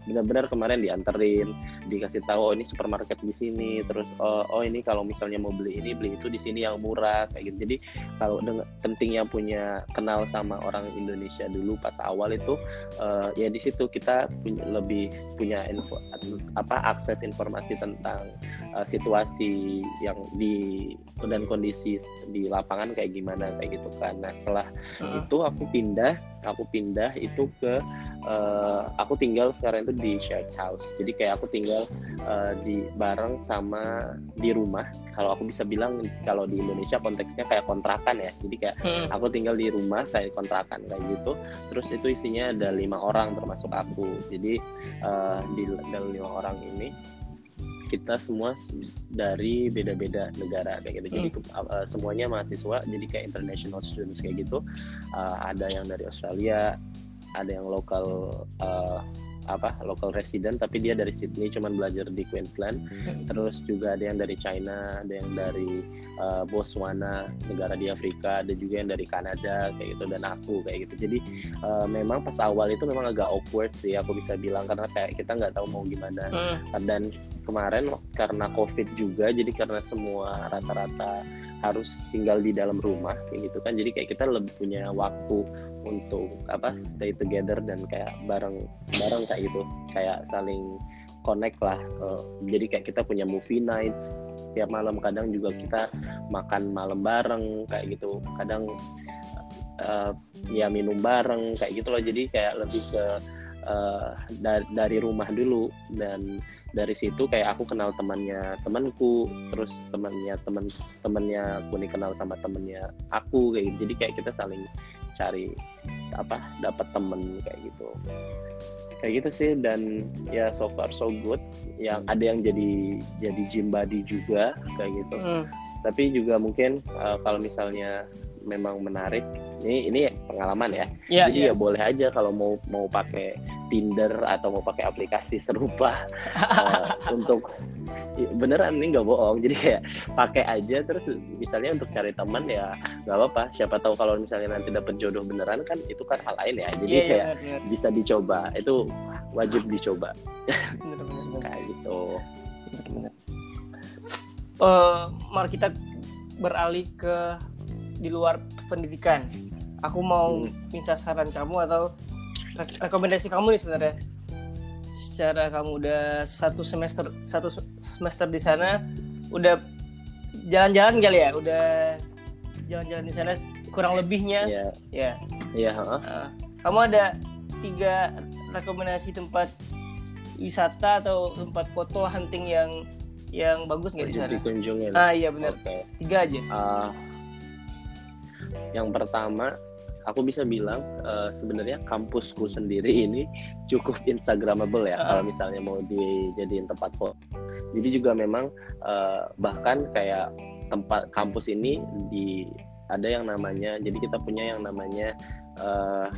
benar-benar kemarin dianterin, dikasih tahu oh ini supermarket di sini, terus oh, oh ini kalau misalnya mau beli ini beli itu di sini yang murah kayak gitu. Jadi kalau dengan pentingnya punya kenal sama orang Indonesia dulu pas awal itu uh, ya di situ kita punya, lebih punya info apa akses informasi tentang uh, situasi yang di dan kondisi di lapangan kayak gimana kayak gitu kan. Nah setelah uh. itu aku pindah aku pindah itu ke uh, aku tinggal sekarang itu di shared house. Jadi kayak aku tinggal uh, di bareng sama di rumah. Kalau aku bisa bilang kalau di Indonesia konteksnya kayak kontrakan ya. Jadi kayak hmm. aku tinggal di rumah kayak kontrakan kayak gitu. Terus itu isinya ada lima orang termasuk aku. Jadi uh, di dalam lima orang ini kita semua dari beda-beda negara kayak gitu. Jadi uh, semuanya mahasiswa, jadi kayak international students kayak gitu. Uh, ada yang dari Australia, ada yang lokal uh, apa local resident tapi dia dari Sydney cuman belajar di Queensland. Terus juga ada yang dari China, ada yang dari uh, Botswana, negara di Afrika, ada juga yang dari Kanada kayak gitu, dan aku kayak gitu. Jadi uh, memang pas awal itu memang agak awkward sih aku bisa bilang, karena kayak kita nggak tahu mau gimana. hmm. Dan kemarin karena COVID juga, jadi karena semua rata-rata harus tinggal di dalam rumah kayak gitu kan, jadi kayak kita lebih punya waktu untuk apa stay together dan kayak bareng bareng kayak gitu, kayak saling connect lah. Uh, jadi kayak kita punya movie nights setiap malam, kadang juga kita makan malam bareng kayak gitu, kadang uh, ya minum bareng kayak gitu loh. Jadi kayak lebih ke uh, dari, dari rumah dulu, dan dari situ kayak aku kenal temannya temanku, terus temannya teman temannya aku nih kenal sama temannya aku kayak gitu. Jadi kayak kita saling cari apa dapat temen kayak gitu kayak gitu sih. Dan ya so far so good, yang ada yang jadi jadi gym buddy juga kayak gitu. hmm. Tapi juga mungkin uh, kalau misalnya memang menarik, ini ini pengalaman ya, yeah, jadi yeah. ya boleh aja kalau mau mau pakai Tinder atau mau pakai aplikasi serupa uh, untuk beneran, ini nggak bohong. Jadi kayak pakai aja, terus misalnya untuk cari teman ya nggak apa-apa, siapa tahu kalau misalnya nanti dapet jodoh beneran kan itu kan hal lain ya. Jadi yeah, kayak yeah, yeah. bisa dicoba, itu wajib dicoba. Bener-bener kayak gitu. Bener-bener. Uh, mari kita beralih ke di luar pendidikan. Aku mau hmm. minta saran kamu atau rekomendasi kamu nih sebenarnya. Secara kamu udah satu semester satu semester di sana, udah jalan-jalan kali ya, udah jalan-jalan di sana kurang lebihnya. Iya. Yeah. Ya. Iya. Yeah. Uh, kamu ada tiga rekomendasi tempat wisata atau tempat foto hunting yang yang bagus nggak di sana? Dikunjungin. Ah iya benar. Okay. Tiga aja. Uh, yang pertama, aku bisa bilang uh, sebenarnya kampusku sendiri ini cukup instagramable ya. Uh. Kalau misalnya mau dijadiin tempat foto. Jadi juga memang uh, bahkan kayak tempat kampus ini di ada yang namanya. Jadi kita punya yang namanya uh,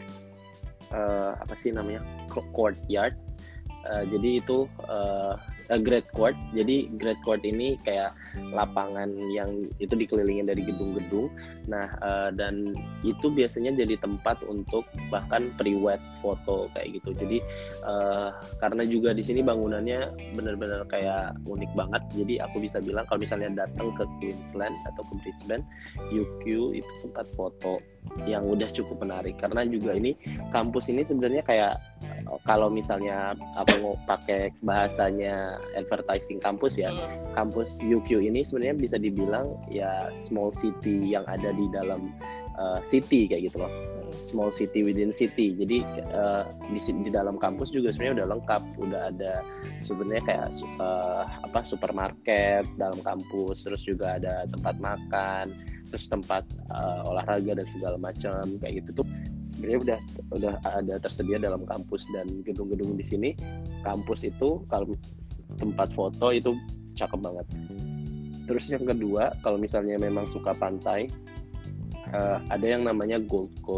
uh, apa sih namanya courtyard. Uh, jadi itu uh, a great court. Jadi great court ini kayak lapangan yang itu dikelilingin dari gedung-gedung. Nah uh, dan itu biasanya jadi tempat untuk bahkan pre-wed foto kayak gitu. Jadi uh, karena juga di sini bangunannya benar-benar kayak unik banget. Jadi aku bisa bilang kalau misalnya datang ke Queensland atau ke Brisbane, U Q itu tempat foto yang udah cukup menarik. Karena juga ini kampus ini sebenarnya kayak kalau misalnya apa mau pakai bahasanya advertising kampus ya, hmm. kampus U Q ini sebenarnya bisa dibilang ya small city yang ada di dalam uh, city kayak gitu loh, small city within city. Jadi uh, di di dalam kampus juga sebenarnya udah lengkap, udah ada sebenarnya kayak uh, apa supermarket dalam kampus, terus juga ada tempat makan, terus tempat uh, olahraga dan segala macam kayak gitu tuh sebenarnya udah udah ada tersedia dalam kampus. Dan gedung-gedung di sini kampus itu kalau tempat foto itu cakep banget. Terus yang kedua, kalau misalnya memang suka pantai, uh, ada yang namanya Gold Coast.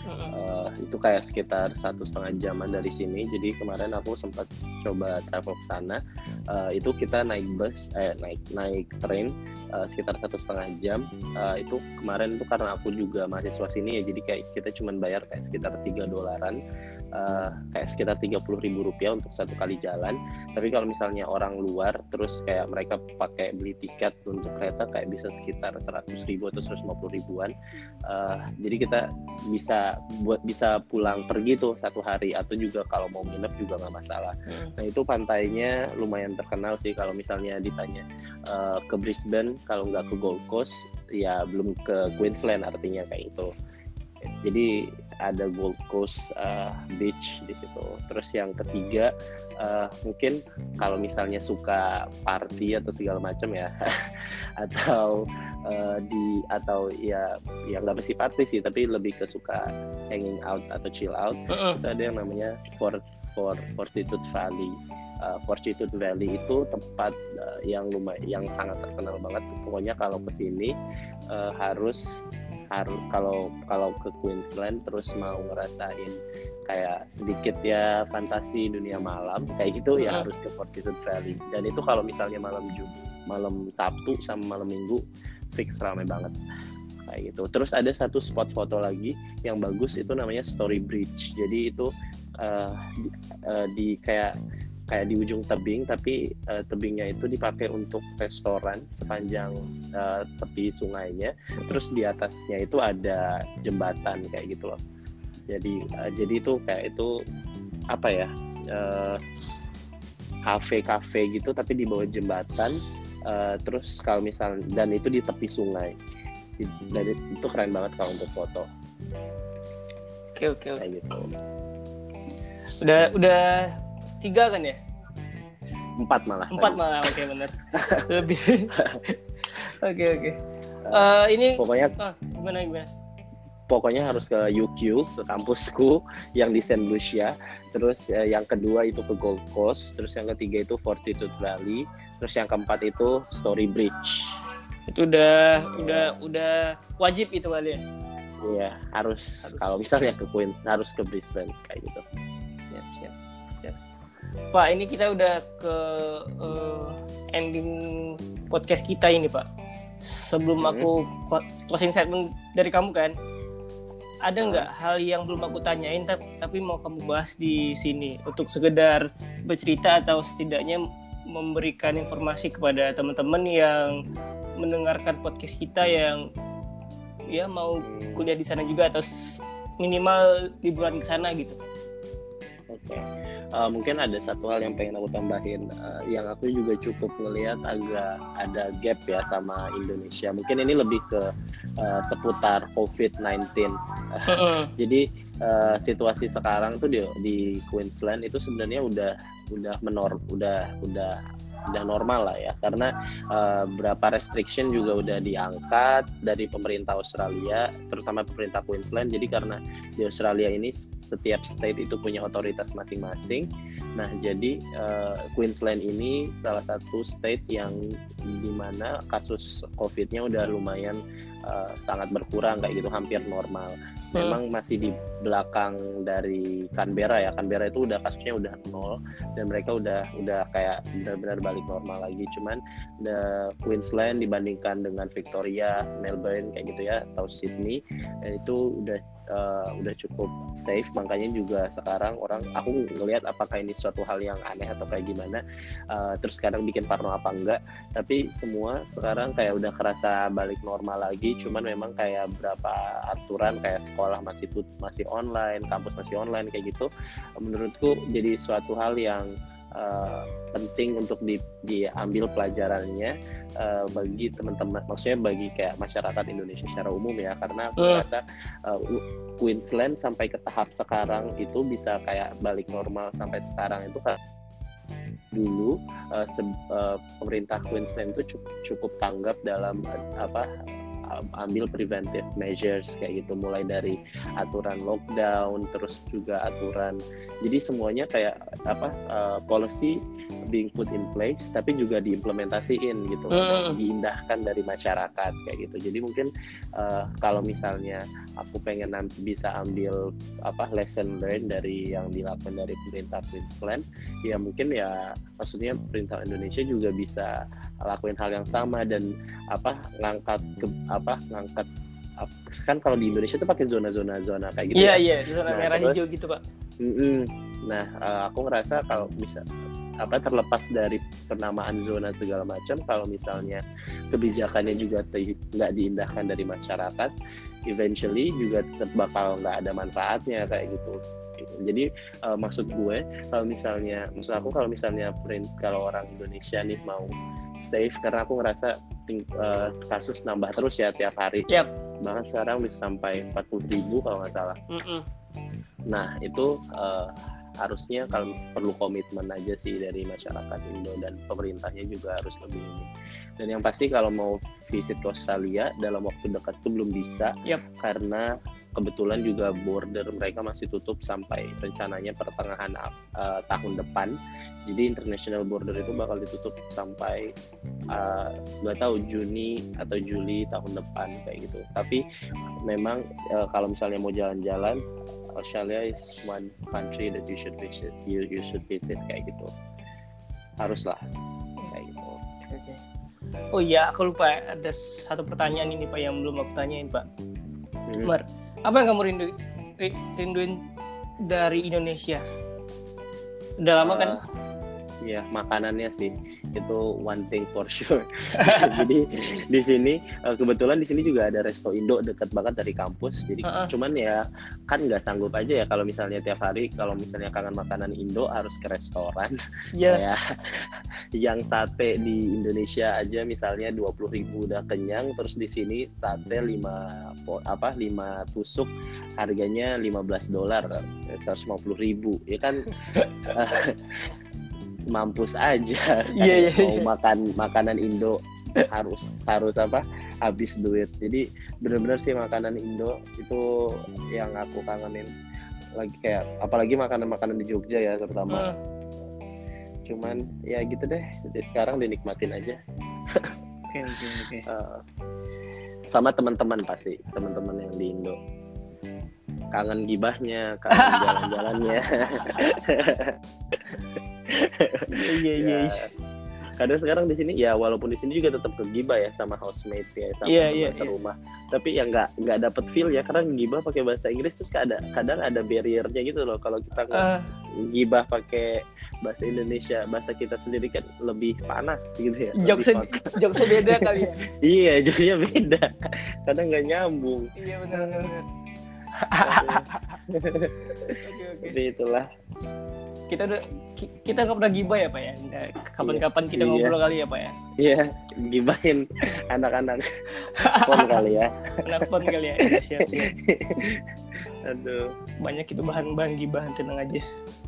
Uh, itu kayak sekitar satu setengah jaman dari sini. Jadi kemarin aku sempat coba travel ke sana. Uh, itu kita naik bus, eh naik naik train uh, sekitar satu setengah jam. Uh, itu kemarin itu karena aku juga mahasiswa sini ya, jadi kayak kita cuma bayar kayak sekitar tiga dolaran. Uh, kayak sekitar tiga puluh ribu rupiah untuk satu kali jalan. Tapi kalau misalnya orang luar terus kayak mereka pakai beli tiket untuk kereta kayak bisa sekitar seratus ribu atau seratus lima puluh ribuan. Uh, jadi kita bisa buat bisa pulang pergi tuh satu hari, atau juga kalau mau nginep juga nggak masalah. Hmm. Nah itu pantainya lumayan terkenal sih. Kalau misalnya ditanya uh, ke Brisbane, kalau nggak ke Gold Coast ya belum ke Queensland, artinya kayak itu. Jadi ada Gold Coast uh, Beach di situ. Terus yang ketiga uh, mungkin kalau misalnya suka party atau segala macam ya, atau uh, di atau ya yang nggak mesti party sih, tapi lebih ke suka hanging out atau chill out. Uh-uh. Itu ada yang namanya Fort Fort Fortitude Valley. Uh, Fortitude Valley itu tempat uh, yang lumayan, yang sangat terkenal banget. Pokoknya kalau kesini uh, harus harus kalau kalau ke Queensland terus mau ngerasain kayak sedikit ya fantasi dunia malam kayak gitu ya, harus ke Fortitude Valley. Dan itu kalau misalnya malam Jum, malam Sabtu sama malam Minggu fix ramai banget kayak gitu. Terus ada satu spot foto lagi yang bagus, itu namanya Story Bridge. Jadi itu uh, di, uh, di kayak kayak di ujung tebing, tapi uh, tebingnya itu dipakai untuk restoran sepanjang uh, tepi sungainya. Terus di atasnya itu ada jembatan kayak gitu loh. Jadi uh, jadi itu kayak itu apa ya, uh, kafe-kafe gitu tapi di bawah jembatan. Uh, terus kalau misal dan itu di tepi sungai. Dan itu keren banget kalau untuk foto. Oke oke. Kayak gitu. Udah udah tiga kan ya? Empat malah. Empat malah, oke okay, benar. Lebih. Oke oke. Uh, ini. Pokoknya. Uh, gimana gimana? Pokoknya harus ke U Q, ke kampusku yang di Saint Lucia. Terus uh, yang kedua itu ke Gold Coast. Terus yang ketiga itu Fortitude Valley. Terus yang keempat itu Story Bridge. Itu udah yeah. udah udah wajib itu kali ya? Iya, harus, harus. Kalau misalnya ke Queens harus ke Brisbane kayak gitu. Siap, siap, siap. Pak, ini kita udah ke uh, ending podcast kita ini, Pak. Sebelum hmm. aku closing statement dari kamu kan, ada nggak hmm. hal yang belum aku tanyain tapi, tapi mau kamu bahas di sini untuk sekedar bercerita atau setidaknya memberikan informasi kepada teman-teman yang mendengarkan podcast kita yang ya mau kuliah di sana juga atau minimal liburan ke sana gitu. Oke, okay. uh, mungkin ada satu hal yang pengen aku tambahin, uh, yang aku juga cukup ngelihat agak ada gap ya sama Indonesia. Mungkin ini lebih ke uh, seputar covid sembilan belas. Uh, jadi uh, situasi sekarang tuh di, di Queensland itu sebenarnya udah udah menor, udah udah udah normal lah ya, karena uh, beberapa restriction juga udah diangkat dari pemerintah Australia, terutama pemerintah Queensland. Jadi karena di Australia ini setiap state itu punya otoritas masing-masing. Nah jadi uh, Queensland ini salah satu state yang dimana kasus COVID-nya udah lumayan uh, sangat berkurang kayak gitu, hampir normal. Memang masih di belakang dari Canberra ya. Canberra itu udah kasusnya udah nol dan mereka udah udah kayak benar-benar balik normal lagi. Cuman the Queensland dibandingkan dengan Victoria, Melbourne kayak gitu ya, atau Sydney itu udah uh, udah cukup safe. Makanya juga sekarang orang, aku ngelihat apakah ini suatu hal yang aneh atau kayak gimana, uh, terus sekarang bikin parno apa enggak, tapi semua sekarang kayak udah kerasa balik normal lagi. Cuman memang kayak berapa aturan kayak sekolah masih tut, masih online, kampus masih online kayak gitu, menurutku jadi suatu hal yang uh, penting untuk di, diambil pelajarannya uh, bagi teman-teman, maksudnya bagi kayak masyarakat Indonesia secara umum ya, karena aku uh. rasa uh, Queensland sampai ke tahap sekarang itu bisa kayak balik normal sampai sekarang itu kan dulu uh, se- uh, pemerintah Queensland itu cukup, cukup tanggap dalam uh, apa ambil preventive measures kayak gitu, mulai dari aturan lockdown, terus juga aturan, jadi semuanya kayak apa uh, policy being put in place tapi juga diimplementasiin gitu, Hmm. diindahkan dari masyarakat kayak gitu. Jadi mungkin uh, kalau misalnya aku pengen nanti bisa ambil apa lesson learn dari yang dilakukan dari pemerintah Queensland, ya mungkin ya maksudnya pemerintah Indonesia juga bisa lakuin hal yang sama dan apa ngangkat ke, apa ngangkat kan kalau di Indonesia tuh pakai zona-zona zona kayak gitu. Iya ya. iya zona Nah, merah terus, hijau gitu Pak. Mm-mm. Nah uh, aku ngerasa kalau bisa apa terlepas dari penamaan zona segala macam, kalau misalnya kebijakannya juga nggak diindahkan dari masyarakat, eventually juga tetap bakal nggak ada manfaatnya kayak gitu. Jadi uh, maksud gue kalau misalnya, maksud aku kalau misalnya print kalau orang Indonesia nih mau safe, karena aku ngerasa ting, uh, kasus nambah terus ya tiap hari. Yep. Bahkan sekarang bisa sampai empat puluh ribu kalau nggak salah. Mm-mm. Nah itu uh, harusnya kalau perlu komitmen aja sih dari masyarakat Indo, dan pemerintahnya juga harus lebih ini. Dan yang pasti kalau mau visit ke Australia dalam waktu dekat itu belum bisa, Yep. karena kebetulan juga border mereka masih tutup sampai rencananya pertengahan uh, tahun depan. Jadi international border itu bakal ditutup sampai nggak uh, tahu Juni atau Juli tahun depan kayak gitu. Tapi memang uh, kalau misalnya mau jalan-jalan, Australia is one country that you should visit. You you should visit kayak gitu. Haruslah kayak gitu. Okay. Oh iya, aku lupa ada satu pertanyaan ini Pak yang belum aku tanyain Pak. Hmm. Mar, apa yang kamu rindu, rinduin dari Indonesia? Udah lama kan? Uh, ya makanannya sih itu one thing for sure. Jadi di sini kebetulan di sini juga ada resto Indo dekat banget dari kampus. Jadi uh-uh. cuman ya kan nggak sanggup aja ya kalau misalnya tiap hari kalau misalnya kangen makanan Indo harus ke restoran. Yeah. Kayak yang sate di Indonesia aja misalnya dua puluh ribu udah kenyang, terus di sini sate lima apa lima tusuk harganya lima belas dolar, seratus lima puluh ribu ya kan. Mampus aja. Yeah, yeah, mau yeah. makan makanan Indo harus harus apa habis duit. Jadi benar-benar sih makanan Indo itu yang aku kangenin lagi, kayak apalagi makanan-makanan di Jogja ya terutama. Hmm. Cuman ya gitu deh, jadi sekarang dinikmatin aja. Oke oke oke. Sama teman-teman pasti teman-teman yang di Indo, kangen gibahnya, kangen jalan-jalannya. Iya iya. Kadang sekarang di sini ya walaupun di sini juga tetap kegibah ya sama housemate ya sama yeah, teman yeah, serumah, yeah. Tapi ya nggak nggak dapet feel ya karena gibah pakai bahasa Inggris terus kadang kadang ada barriernya gitu loh. Kalau kita uh. gibah pakai bahasa Indonesia, bahasa kita sendiri kan lebih panas gitu ya. Jokesnya jokesnya beda kali ya. Iya, jokesnya beda. Kadang nggak nyambung. Iya benar-benar. Oke oke. Jadi itulah. Kita udah kita nggak pernah gibah ya Pak ya. Kapan-kapan kita iya. ngobrol kali ya Pak ya. Iya, gibahin anak-anak pon kali ya. Anak pon kali ya. Ya siap siap. Aduh, banyak itu bahan-bahan gibahan, tenang aja.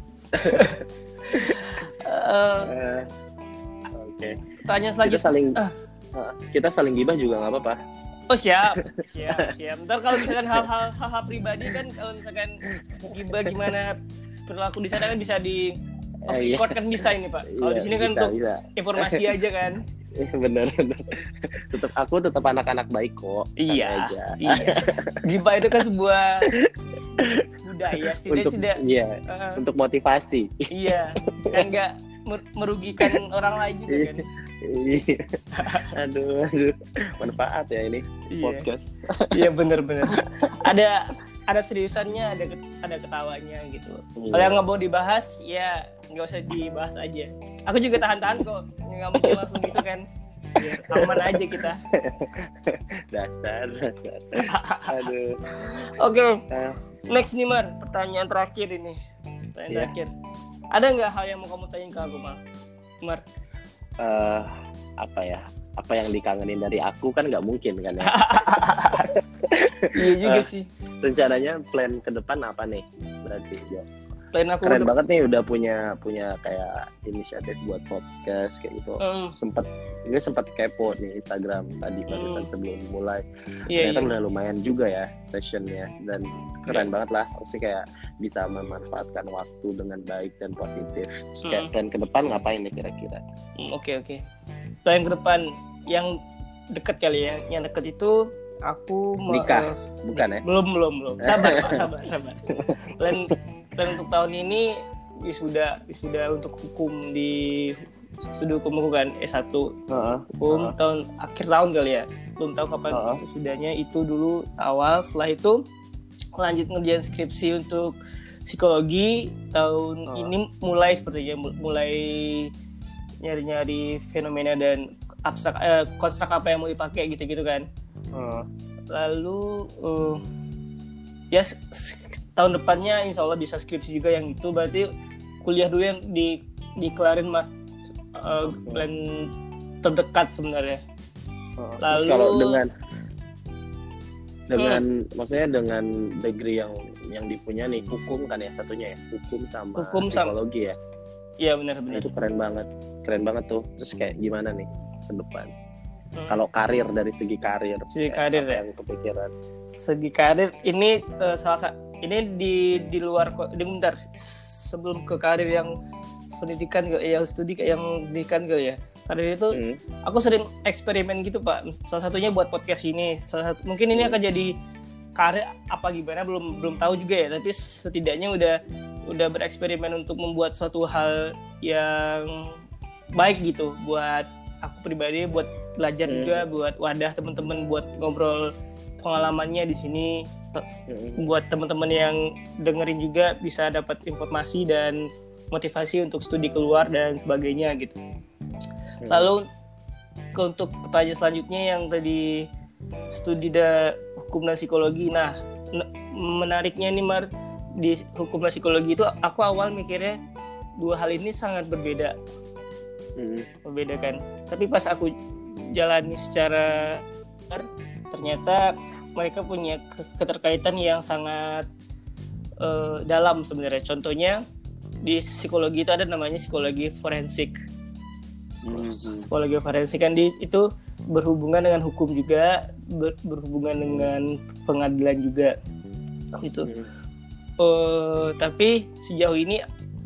uh, uh, Oke. Okay. Tanya selanjutnya. Kita saling uh. uh, kita saling gibah juga nggak apa-apa. Oh siap, siap, siap. Ntar kalau misalkan hal-hal hal-hal pribadi kan, kalau misalkan gibah gimana perilaku di sana kan bisa di off record kan bisa ini Pak. Kalau iya, di sini kan bisa, untuk bisa. Informasi aja kan. Bener, bener. Tetap aku tetap anak-anak baik kok. Iya. Aja. Iya. Gibah itu kan sebuah budaya, setidaknya untuk, tidak. Iya. Uh, untuk motivasi. Iya. Kan nggak merugikan orang lain juga kan. Iya. Aduh, aduh. Manfaat ya ini iya. podcast. Iya bener-bener. Ada ada seriusannya, ada ada ketawanya gitu. Iya. Kalau yang nggak mau dibahas, ya nggak usah dibahas aja. Aku juga tahan-tahan kok, nggak mungkin langsung gitu kan. Biar aman aja kita. Dasar, dasar. Aduh. Oke, okay. uh. Next nih Mar, pertanyaan terakhir ini. Pertanyaan yeah. terakhir. Ada nggak hal yang mau kamu tanyain ke aku Mar? Mar? Uh, apa ya? Apa yang dikangenin dari aku kan nggak mungkin kan ya? Iya juga uh, sih. Rencananya plan ke depan apa nih? Berarti ya. plan aku keren udah, banget nih udah punya punya kayak inisiatif buat podcast kayak gitu. Mm. Sempet ini sempat kepo nih Instagram tadi barusan Mm. sebelum mulai. Iya, Ternyata iya. udah lumayan juga ya sessionnya dan keren Iya. banget lah. Maksudnya kayak bisa memanfaatkan waktu dengan baik dan positif. Terus kayak Mm. plan ke depan ngapain nih kira-kira? Hmm, Oke oke. Plan ke depan yang deket kali ya. Yang deket itu aku mau Nikah, bukan ya? belum belum belum. Sabar Pak, sabar sabar. Plan plan untuk tahun ini wisuda wisuda untuk hukum di studi hukum aku kan S satu Heeh. hukum Heeh. tahun akhir tahun kali ya. Belum tahu kapan Heeh. wisudanya, itu dulu awal. Setelah itu lanjut ngerjain skripsi untuk psikologi tahun Heeh. ini, mulai sepertinya mul- mulai nyari-nyari fenomena dan abstrak eh, konstruk apa yang mau dipakai gitu-gitu kan. Heeh. Lalu eh, ya s- s- tahun depannya insya Allah bisa skripsi juga yang itu, berarti kuliah dulu yang di dikelarin mah eh, plan terdekat sebenarnya. Heeh. Terus Lalu- kalau dengan dengan maksudnya dengan degree yang yang dipunya nih hukum kan ya satunya ya, hukum sama Hukum sama- psikologi ya. Iya Nah, benar-benar. itu keren banget. Keren banget tuh. Terus kayak gimana nih ke depan? Hmm. Kalau karir dari segi karir. Segi kayak karir apa ya? yang kepikiran? Segi karir ini eh, salah satu ini di di luar kok, di bentar sebelum ke karir yang pendidikan ke yang studi ke yang pendidikan ke ya. Karir itu Hmm. aku sering eksperimen gitu Pak. Salah satunya buat podcast ini. Salah satu mungkin ini Hmm. akan jadi karir apa gimana belum belum tahu juga ya, tapi setidaknya udah udah bereksperimen untuk membuat suatu hal yang baik gitu buat aku pribadi, buat belajar Hmm. juga, buat wadah teman-teman buat ngobrol pengalamannya di sini, Hmm. buat teman-teman yang dengerin juga bisa dapat informasi dan motivasi untuk studi keluar dan sebagainya gitu. Hmm. Lalu ke untuk pertanyaan selanjutnya yang tadi studi da hukum dan psikologi. Nah, n- menariknya nih Mar, di hukum dan psikologi itu aku awal mikirnya dua hal ini sangat berbeda, Hmm. berbeda kan. Tapi pas aku jalani secara ternyata mereka punya ke- keterkaitan yang sangat eh, dalam sebenarnya. Contohnya di psikologi itu ada namanya psikologi forensik. Hmm. Psikologi forensik kan di, itu berhubungan dengan hukum juga, ber- berhubungan dengan pengadilan juga gitu. Hmm. Eh, tapi sejauh ini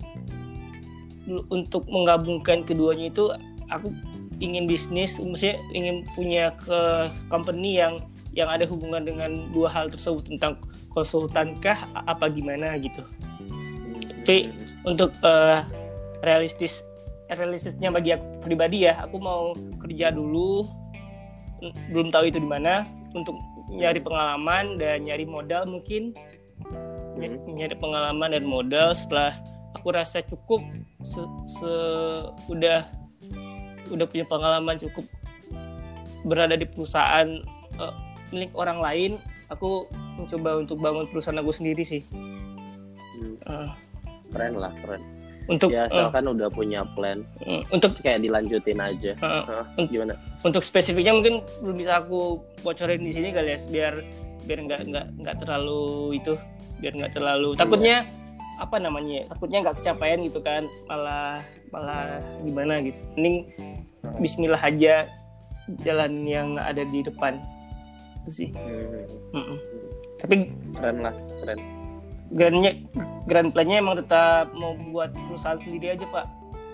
l- untuk menggabungkan keduanya itu aku ingin bisnis, maksudnya ingin punya ke company yang yang ada hubungan dengan dua hal tersebut, tentang konsultankah a- apa gimana gitu. Tapi untuk eh, realistis realistisnya bagi aku pribadi ya, aku mau kerja dulu, n- belum tahu itu di mana, untuk nyari pengalaman dan nyari modal mungkin. Ny- nyari pengalaman dan modal. Setelah aku rasa cukup, se- se- udah udah punya pengalaman cukup berada di perusahaan eh, milik orang lain, aku mencoba untuk bangun perusahaan aku sendiri sih. Hmm. Eh, Keren lah, keren. untuk Ya eh, asalkan udah punya plan, eh, untuk terus kayak dilanjutin aja. eh, Hah, gimana? untuk spesifiknya mungkin belum bisa aku bocorin di sini kali ya, biar biar nggak nggak nggak terlalu itu, biar nggak terlalu takutnya apa namanya takutnya nggak kecapaian gitu kan, malah malah gimana gitu. Mending Bismillah aja jalan yang ada di depan itu sih. Hmm. Mm-mm. Tapi Keren lah, keren. grandnya grand plan-nya emang tetap mau buat perusahaan sendiri aja Pak.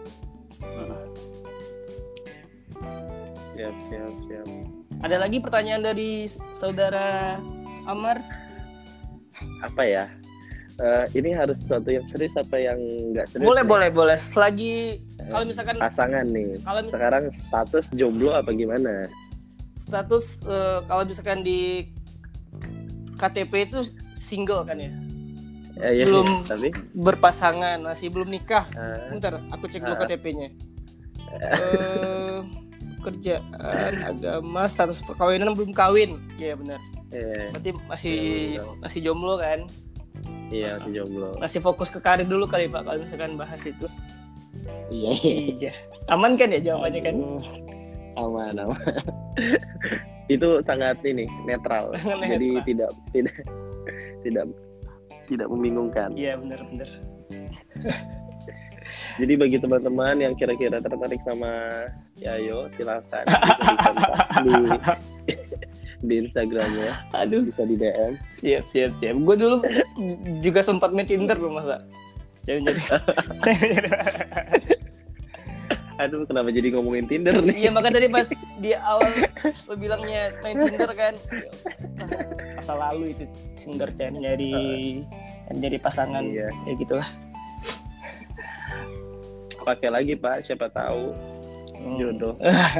Siap, siap, siap. Ada lagi pertanyaan dari saudara Amar? Apa ya? Eh, ini harus sesuatu yang serius apa yang nggak serius? Boleh nih? boleh boleh. Selagi kalau misalkan Pasangan nih. kalau mi- Sekarang status jomblo apa gimana? status eh, kalau misalkan di K T P itu single kan ya, Ya, ya, belum tapi berpasangan, masih belum nikah. eh, Bentar, aku cek dulu Ah. K T P-nya. Eh, pekerjaan, agama, status perkawinan belum kawin. Iya benar. eh, Berarti masih Iya, masih jomblo kan? iya masih jomblo. Masih fokus ke karir dulu kali Pak kalau misalkan bahas itu. Iya. Iya. Aman kan ya jawabannya kan? Aduh, aman, aman. Itu sangat ini netral. Jadi Netral. tidak tidak tidak tidak membingungkan. Iya benar benar. Jadi bagi teman-teman yang kira-kira tertarik sama Yayo, silakan bisa dikontak di di Instagramnya. Aduh, bisa di D M. Siap, siap, siap. Gue dulu juga sempat main Tinder loh, masa. Jadi, jadi. Aduh, kenapa jadi ngomongin Tinder nih? Iya, maka tadi pas di awal lo bilangnya main Tinder kan. Masa lalu itu Tinder kan nyari uh, nyari pasangan. Iya. Ya gitulah. Pakai lagi, Pak, siapa tahu hmm. jodoh.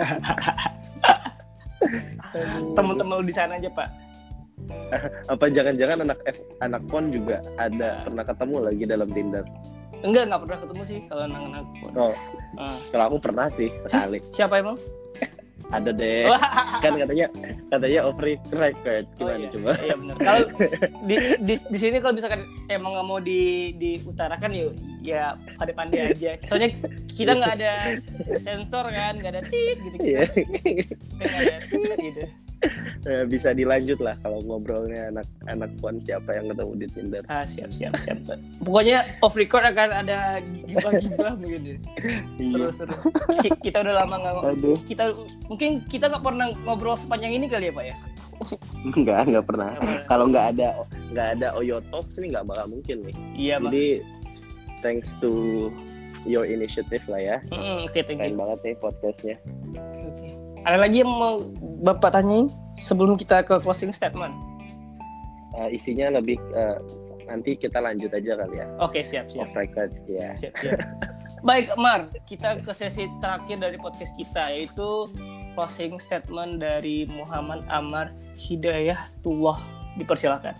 Teman-teman lu di sana aja, Pak. Apa jangan-jangan anak F, anak Pon juga ada pernah ketemu lagi dalam Tinder? Enggak, enggak pernah ketemu sih kalau anak-anak Pon. Oh. Uh. Kalau aku pernah sih sekali. Siapa emang? Ada deh. Kan katanya katanya off record. Gimana oh, iya. coba? Iya benar. Kalau di, di di sini kalau misalkan emang nggak mau di diutarakan ya ya pandai-pandai aja. Soalnya kita nggak ada sensor kan, nggak ada tit gitu gitu. Iya. Nggak ada tit gitu. Nah, bisa dilanjut lah kalau ngobrolnya anak-anak Pon siapa yang ketemu di Tinder. Ah, siap siap siap. Pokoknya off record akan ada gibah-gibah mungkin. Seru-seru. Kita udah lama nggak kita mungkin kita nggak pernah ngobrol sepanjang ini kali ya, Pak ya? Enggak, enggak pernah. Kalau nggak ada nggak ada Oyo Talks nih nggak bakal mungkin nih. Iya, jadi thanks to your initiative lah ya. Mm, Oke, okay, thank you. Keren banget nih podcastnya. Oke, okay, okay. Ada lagi yang mau Bapak tanyain sebelum kita ke closing statement? Uh, isinya lebih uh, nanti kita lanjut aja kali ya. Oke, okay, siap siap. Off record ya. Siap siap. Baik, Mar, kita ke sesi terakhir dari podcast kita, yaitu closing statement dari Muhammad Amar Hidayatullah. Dipersilakan.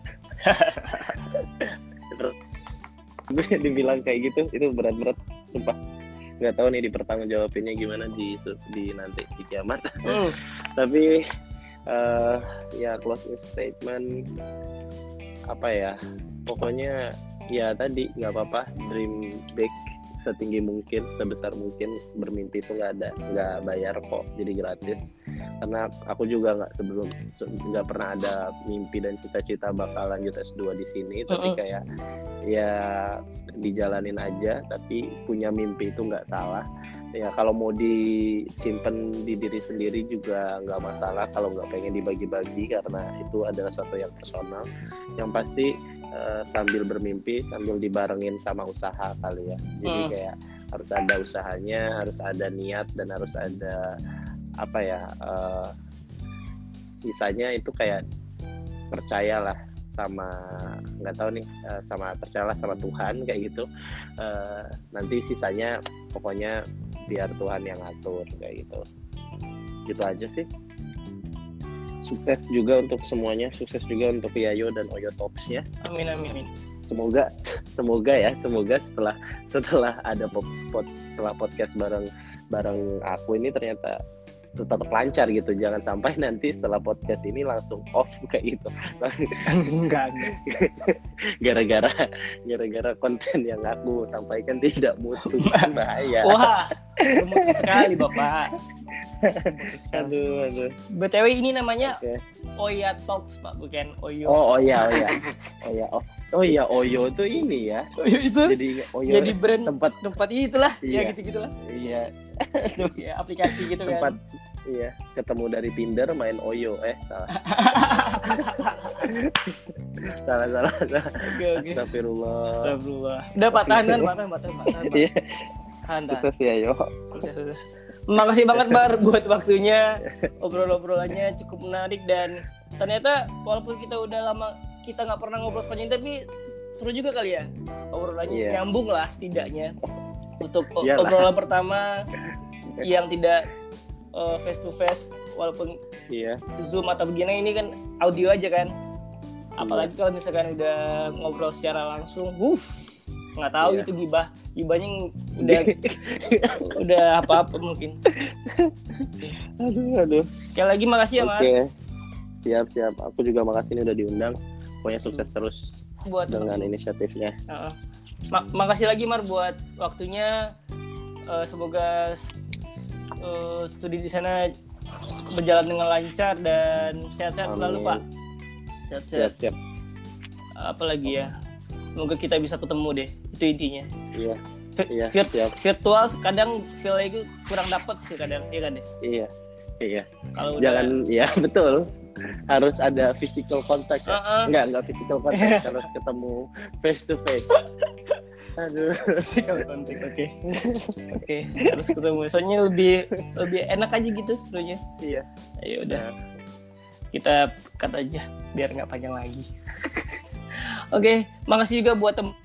Dibilang kayak gitu, itu berat-berat, sumpah. Nggak tahu nih dipertanggungjawabinnya gimana di di nanti di kiamat. Mm. Tapi uh, ya closing statement apa ya? Pokoknya ya tadi nggak apa-apa, dream big setinggi mungkin, sebesar mungkin. Bermimpi itu nggak ada nggak bayar kok, jadi gratis. Karena aku juga nggak sebelum nggak pernah ada mimpi dan cita-cita bakal lanjut S dua di sini, tapi kayak ya dijalanin aja. Tapi punya mimpi itu nggak salah ya. Kalau mau disimpan di diri sendiri juga nggak masalah, kalau nggak pengen dibagi-bagi, karena itu adalah sesuatu yang personal. Yang pasti uh, sambil bermimpi sambil dibarengin sama usaha kali ya. Jadi hmm. kayak harus ada usahanya, harus ada niat, dan harus ada apa ya, uh, sisanya itu kayak percayalah sama, nggak tahu nih, uh, sama percayalah sama Tuhan kayak gitu. Uh, nanti sisanya pokoknya biar Tuhan yang ngatur kayak gitu. Gitu aja sih. Sukses juga untuk semuanya, sukses juga untuk Yayo dan Oyo Talks-nya. Amin amin amin. Semoga semoga ya, semoga setelah setelah ada pod, pod, setelah podcast bareng bareng aku ini ternyata tetap lancar gitu. Jangan sampai nanti setelah podcast ini langsung off kayak gitu. Enggak, enggak. Gara-gara gara-gara konten yang aku sampaikan tidak mutu, bahaya. Wah, mutu sekali Bapak. Aduh, aduh. B T W ini namanya okay. Oya Talks, Pak, bukan Oyo. Oh, Oya, Oya. Oya, oh. Oh iya, Oyo tuh ini ya. Oyo itu. Jadi Oyo jadi brand tempat tempat itulah, iya. ya gitu-gitulah. Iya. Ya, aplikasi gitu tempat, kan. Iya, ketemu dari Tinder main Oyo, eh salah. salah, salah, salah. Oke, oke. Astagfirullah. Astagfirullah. Udah Pak, tahan, tahan, tahan, tahan, tahan. Iya. Tahan, tahan. Sukses ya, Yo. Sukses, sukses. Makasih banget Bar buat waktunya, obrol-obrolannya cukup menarik, dan ternyata walaupun kita udah lama kita nggak pernah ngobrol sepanjang, tapi seru juga kali ya obrolannya, yeah. Nyambung lah setidaknya untuk Yalah. obrolan pertama yang tidak uh, face to face, walaupun yeah. Zoom atau begini, ini kan audio aja kan, apalagi yeah. kalau misalkan udah ngobrol secara langsung, wuh nggak tahu yeah. itu gibah gibahnya udah udah apa-apa mungkin. Aduh, aduh. Sekali lagi makasih ya, Mar. Oke. Siap, siap. Aku juga makasih nih udah diundang. Pokoknya sukses hmm. terus buat dengan itu. Inisiatifnya. Uh-uh. Ma- makasih lagi Mar buat waktunya. Uh, semoga uh, studi di sana berjalan dengan lancar dan sehat-sehat Amin. Selalu, Pak. Sehat-sehat. Siap, siap. Apalagi ya. Semoga kita bisa ketemu deh Itu intinya. Iya. Vi- Iya, vir- siap. virtual kadang feel itu kurang dapet sih kadang, ya kan deh. Iya. Iya. Kalau udah Jangan, ya betul. Harus ada physical contact ya. Uh-uh. Enggak, enggak physical contact, harus ketemu face to face. Aduh. physical contact, oke. Oke, harus ketemu. Soalnya lebih lebih enak aja gitu serunya. Iya. Ayo udah. Nah, Kita cut aja biar nggak panjang lagi. Oke, makasih juga buat tem-